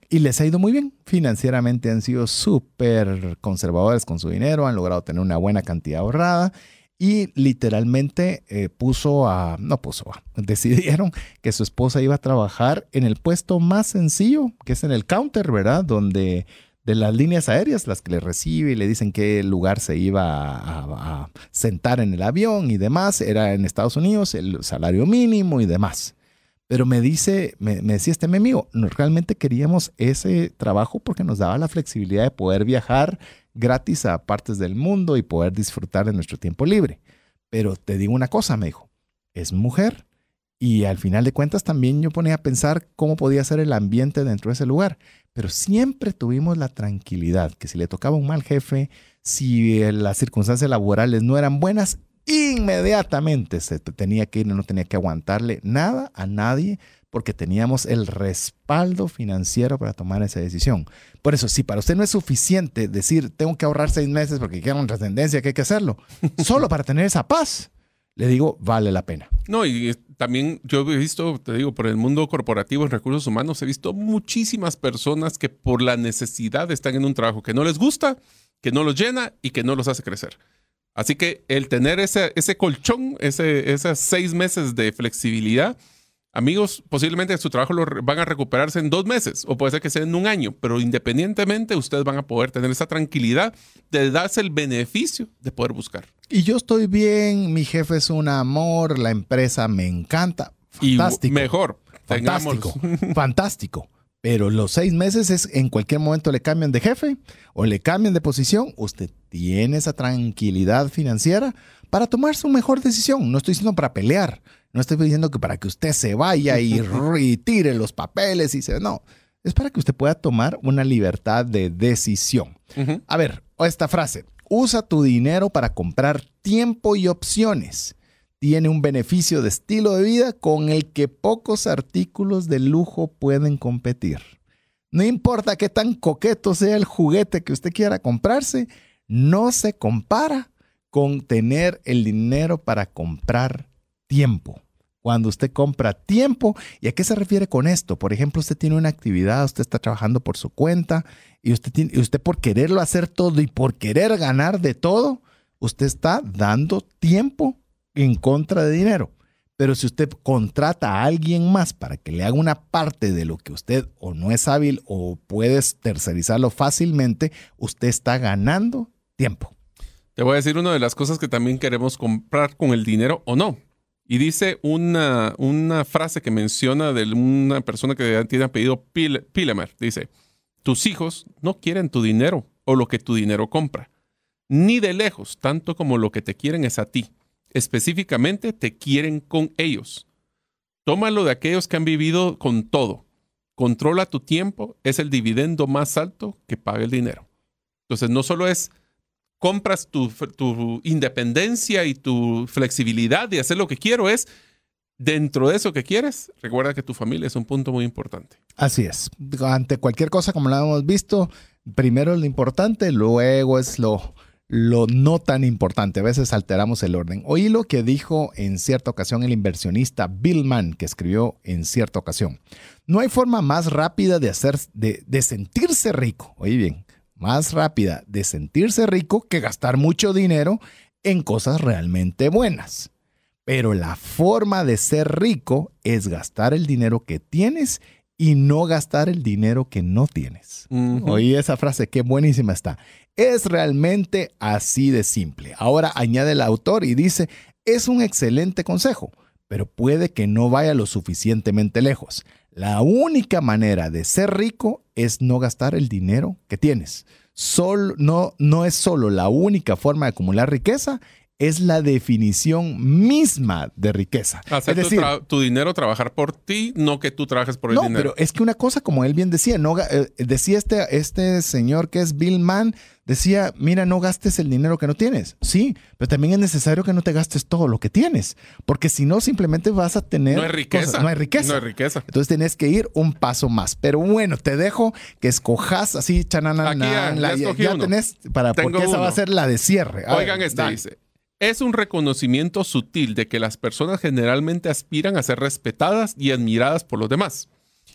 [SPEAKER 1] Y les ha ido muy bien. Financieramente han sido súper conservadores con su dinero, han logrado tener una buena cantidad ahorrada y literalmente eh, puso a, no puso a, decidieron que su esposa iba a trabajar en el puesto más sencillo, que es en el counter, ¿verdad? Donde de las líneas aéreas, las que le recibe y le dicen qué lugar se iba a, a, a sentar en el avión y demás. Era en Estados Unidos, el salario mínimo y demás. Pero me dice, me, me decía este mi amigo, no, realmente queríamos ese trabajo porque nos daba la flexibilidad de poder viajar gratis a partes del mundo y poder disfrutar de nuestro tiempo libre. Pero te digo una cosa, me dijo, es mujer. Y al final de cuentas también yo ponía a pensar cómo podía ser el ambiente dentro de ese lugar. Pero siempre tuvimos la tranquilidad que si le tocaba un mal jefe, si las circunstancias laborales no eran buenas, inmediatamente se tenía que ir, no tenía que aguantarle nada a nadie porque teníamos el respaldo financiero para tomar esa decisión. Por eso, si para usted no es suficiente decir, tengo que ahorrar seis meses porque quiero una trascendencia, que hay que hacerlo, solo para tener esa paz, le digo, vale la pena.
[SPEAKER 3] No, y también yo he visto, te digo, por el mundo corporativo en recursos humanos, he visto muchísimas personas que por la necesidad están en un trabajo que no les gusta, que no los llena y que no los hace crecer. Así que el tener ese, ese colchón, ese, esos seis meses de flexibilidad, amigos, posiblemente su trabajo lo van a recuperarse en dos meses o puede ser que sea en un año, pero independientemente ustedes van a poder tener esa tranquilidad de darse el beneficio de poder buscar.
[SPEAKER 1] Y yo estoy bien, mi jefe es un amor, la empresa me encanta. Fantástico.
[SPEAKER 3] Y mejor.
[SPEAKER 1] Fantástico, fantástico. Pero los seis meses es en cualquier momento le cambian de jefe o le cambian de posición. Usted tiene esa tranquilidad financiera para tomar su mejor decisión. No estoy diciendo para pelear. No estoy diciendo que para que usted se vaya y, y tire los papeles y se... No, es para que usted pueda tomar una libertad de decisión. Uh-huh. A ver, esta frase. Usa tu dinero para comprar tiempo y opciones. Tiene un beneficio de estilo de vida con el que pocos artículos de lujo pueden competir. No importa qué tan coqueto sea el juguete que usted quiera comprarse, no se compara con tener el dinero para comprar tiempo. Cuando usted compra tiempo, ¿y a qué se refiere con esto? Por ejemplo, usted tiene una actividad, usted está trabajando por su cuenta y usted, tiene, y usted por quererlo hacer todo y por querer ganar de todo, usted está dando tiempo en contra de dinero. Pero si usted contrata a alguien más para que le haga una parte de lo que usted o no es hábil o puede tercerizarlo fácilmente, usted está ganando tiempo.
[SPEAKER 3] Te voy a decir una de las cosas que también queremos comprar con el dinero o no. Y dice una, una frase que menciona de una persona que tiene apellido Pilemer. Dice, tus hijos no quieren tu dinero o lo que tu dinero compra. Ni de lejos, tanto como lo que te quieren es a ti. Específicamente te quieren con ellos. Tómalo de aquellos que han vivido con todo. Controla tu tiempo, es el dividendo más alto que paga el dinero. Entonces no solo es compras tu, tu independencia y tu flexibilidad de hacer lo que quiero, es dentro de eso que quieres, recuerda que tu familia es un punto muy importante.
[SPEAKER 1] Así es. Ante cualquier cosa, como lo hemos visto, primero es lo importante, luego es lo... lo no tan importante. A veces alteramos el orden. Oí lo que dijo en cierta ocasión el inversionista Bill Mann, que escribió en cierta ocasión. No hay forma más rápida de, hacer, de, de sentirse rico. Oí bien, más rápida de sentirse rico que gastar mucho dinero en cosas realmente buenas. Pero la forma de ser rico es gastar el dinero que tienes y no gastar el dinero que no tienes. Uh-huh. Oí esa frase, qué buenísima está. Es realmente así de simple. Ahora añade el autor y dice, es un excelente consejo, pero puede que no vaya lo suficientemente lejos. La única manera de ser rico es no gastar el dinero que tienes. Solo, no, no es solo la única forma de acumular riqueza, es la definición misma de riqueza.
[SPEAKER 3] Hacer
[SPEAKER 1] es decir,
[SPEAKER 3] tu, tra- tu dinero trabajar por ti, no que tú trabajes por el
[SPEAKER 1] no,
[SPEAKER 3] dinero.
[SPEAKER 1] No, pero es que una cosa, como él bien decía, no, eh, decía este, este señor que es Bill Mann, decía, mira, no gastes el dinero que no tienes. Sí, pero también es necesario que no te gastes todo lo que tienes, porque si no, simplemente vas a tener...
[SPEAKER 3] No hay riqueza.
[SPEAKER 1] Cosas, no hay riqueza.
[SPEAKER 3] No hay riqueza.
[SPEAKER 1] Entonces tenés que ir un paso más. Pero bueno, te dejo que escojas así, chanana,
[SPEAKER 3] Aquí ya,
[SPEAKER 1] la,
[SPEAKER 3] ya,
[SPEAKER 1] ya, ya tenés, para,
[SPEAKER 3] Tengo
[SPEAKER 1] porque esa
[SPEAKER 3] uno.
[SPEAKER 1] va a ser la de cierre. A
[SPEAKER 3] Oigan,
[SPEAKER 1] ver,
[SPEAKER 3] este
[SPEAKER 1] dale.
[SPEAKER 3] dice... Es un reconocimiento sutil de que las personas generalmente aspiran a ser respetadas y admiradas por los demás.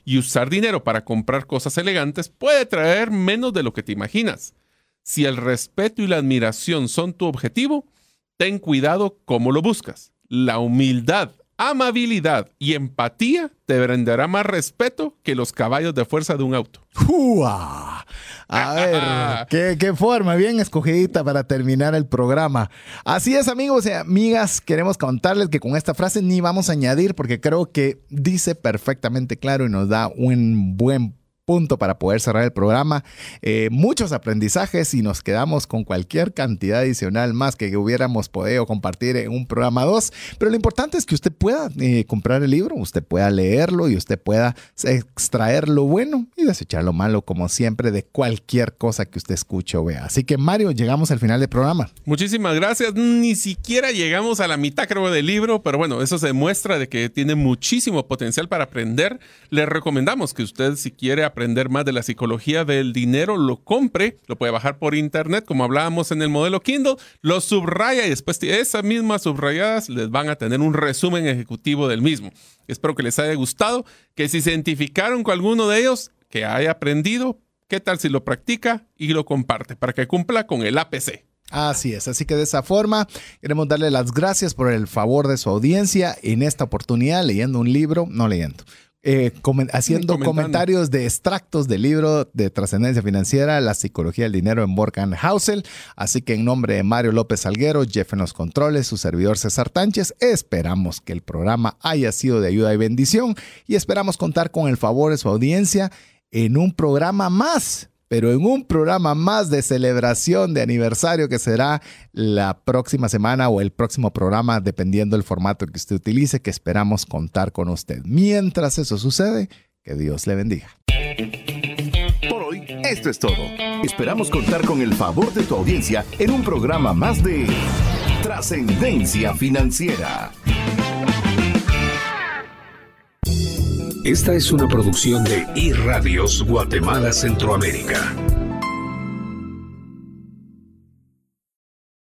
[SPEAKER 3] Y usar dinero para comprar cosas elegantes puede traer menos de lo que te imaginas. Si el respeto y la admiración son tu objetivo, ten cuidado cómo lo buscas. La humildad, amabilidad y empatía te brindará más respeto que los caballos de fuerza de un auto.
[SPEAKER 1] ¡Uah! A ver, ¿qué, qué forma bien escogidita para terminar el programa. Así es, amigos y amigas, queremos contarles que con esta frase ni vamos a añadir porque creo que dice perfectamente claro y nos da un buen punto para poder cerrar el programa. Eh, muchos aprendizajes y nos quedamos con cualquier cantidad adicional más que hubiéramos podido compartir en un programa dos. Pero lo importante es que usted pueda eh, comprar el libro, usted pueda leerlo y usted pueda extraer lo bueno y desechar lo malo, como siempre, de cualquier cosa que usted escuche o vea. Así que, Mario, llegamos al final del programa.
[SPEAKER 3] Muchísimas gracias. Ni siquiera llegamos a la mitad, creo, del libro, pero bueno, eso se demuestra de que tiene muchísimo potencial para aprender. Le recomendamos que usted, si quiere aprender más de la psicología del dinero, lo compre, lo puede bajar por internet, como hablábamos en el modelo Kindle, lo subraya y después esas mismas subrayadas les van a tener un resumen ejecutivo del mismo. Espero que les haya gustado, que si se identificaron con alguno de ellos, que haya aprendido, qué tal si lo practica y lo comparte para que cumpla con el A P C.
[SPEAKER 1] Así es, así que de esa forma queremos darle las gracias por el favor de su audiencia en esta oportunidad, leyendo un libro, no leyendo. Eh, comen- haciendo comentarios de extractos del libro de Trascendencia Financiera, La Psicología del Dinero en Morgan Housel. Así que en nombre de Mario López Salguero, Jeff en los controles, su servidor César Tánchez, esperamos que el programa haya sido de ayuda y bendición y esperamos contar con el favor de su audiencia en un programa más. Pero en un programa más de celebración de aniversario que será la próxima semana o el próximo programa, dependiendo del formato que usted utilice, que esperamos contar con usted. Mientras eso sucede, que Dios le bendiga.
[SPEAKER 2] Por hoy, esto es todo. Esperamos contar con el favor de tu audiencia en un programa más de Trascendencia Financiera.
[SPEAKER 5] Esta es una producción de iRadios Guatemala Centroamérica.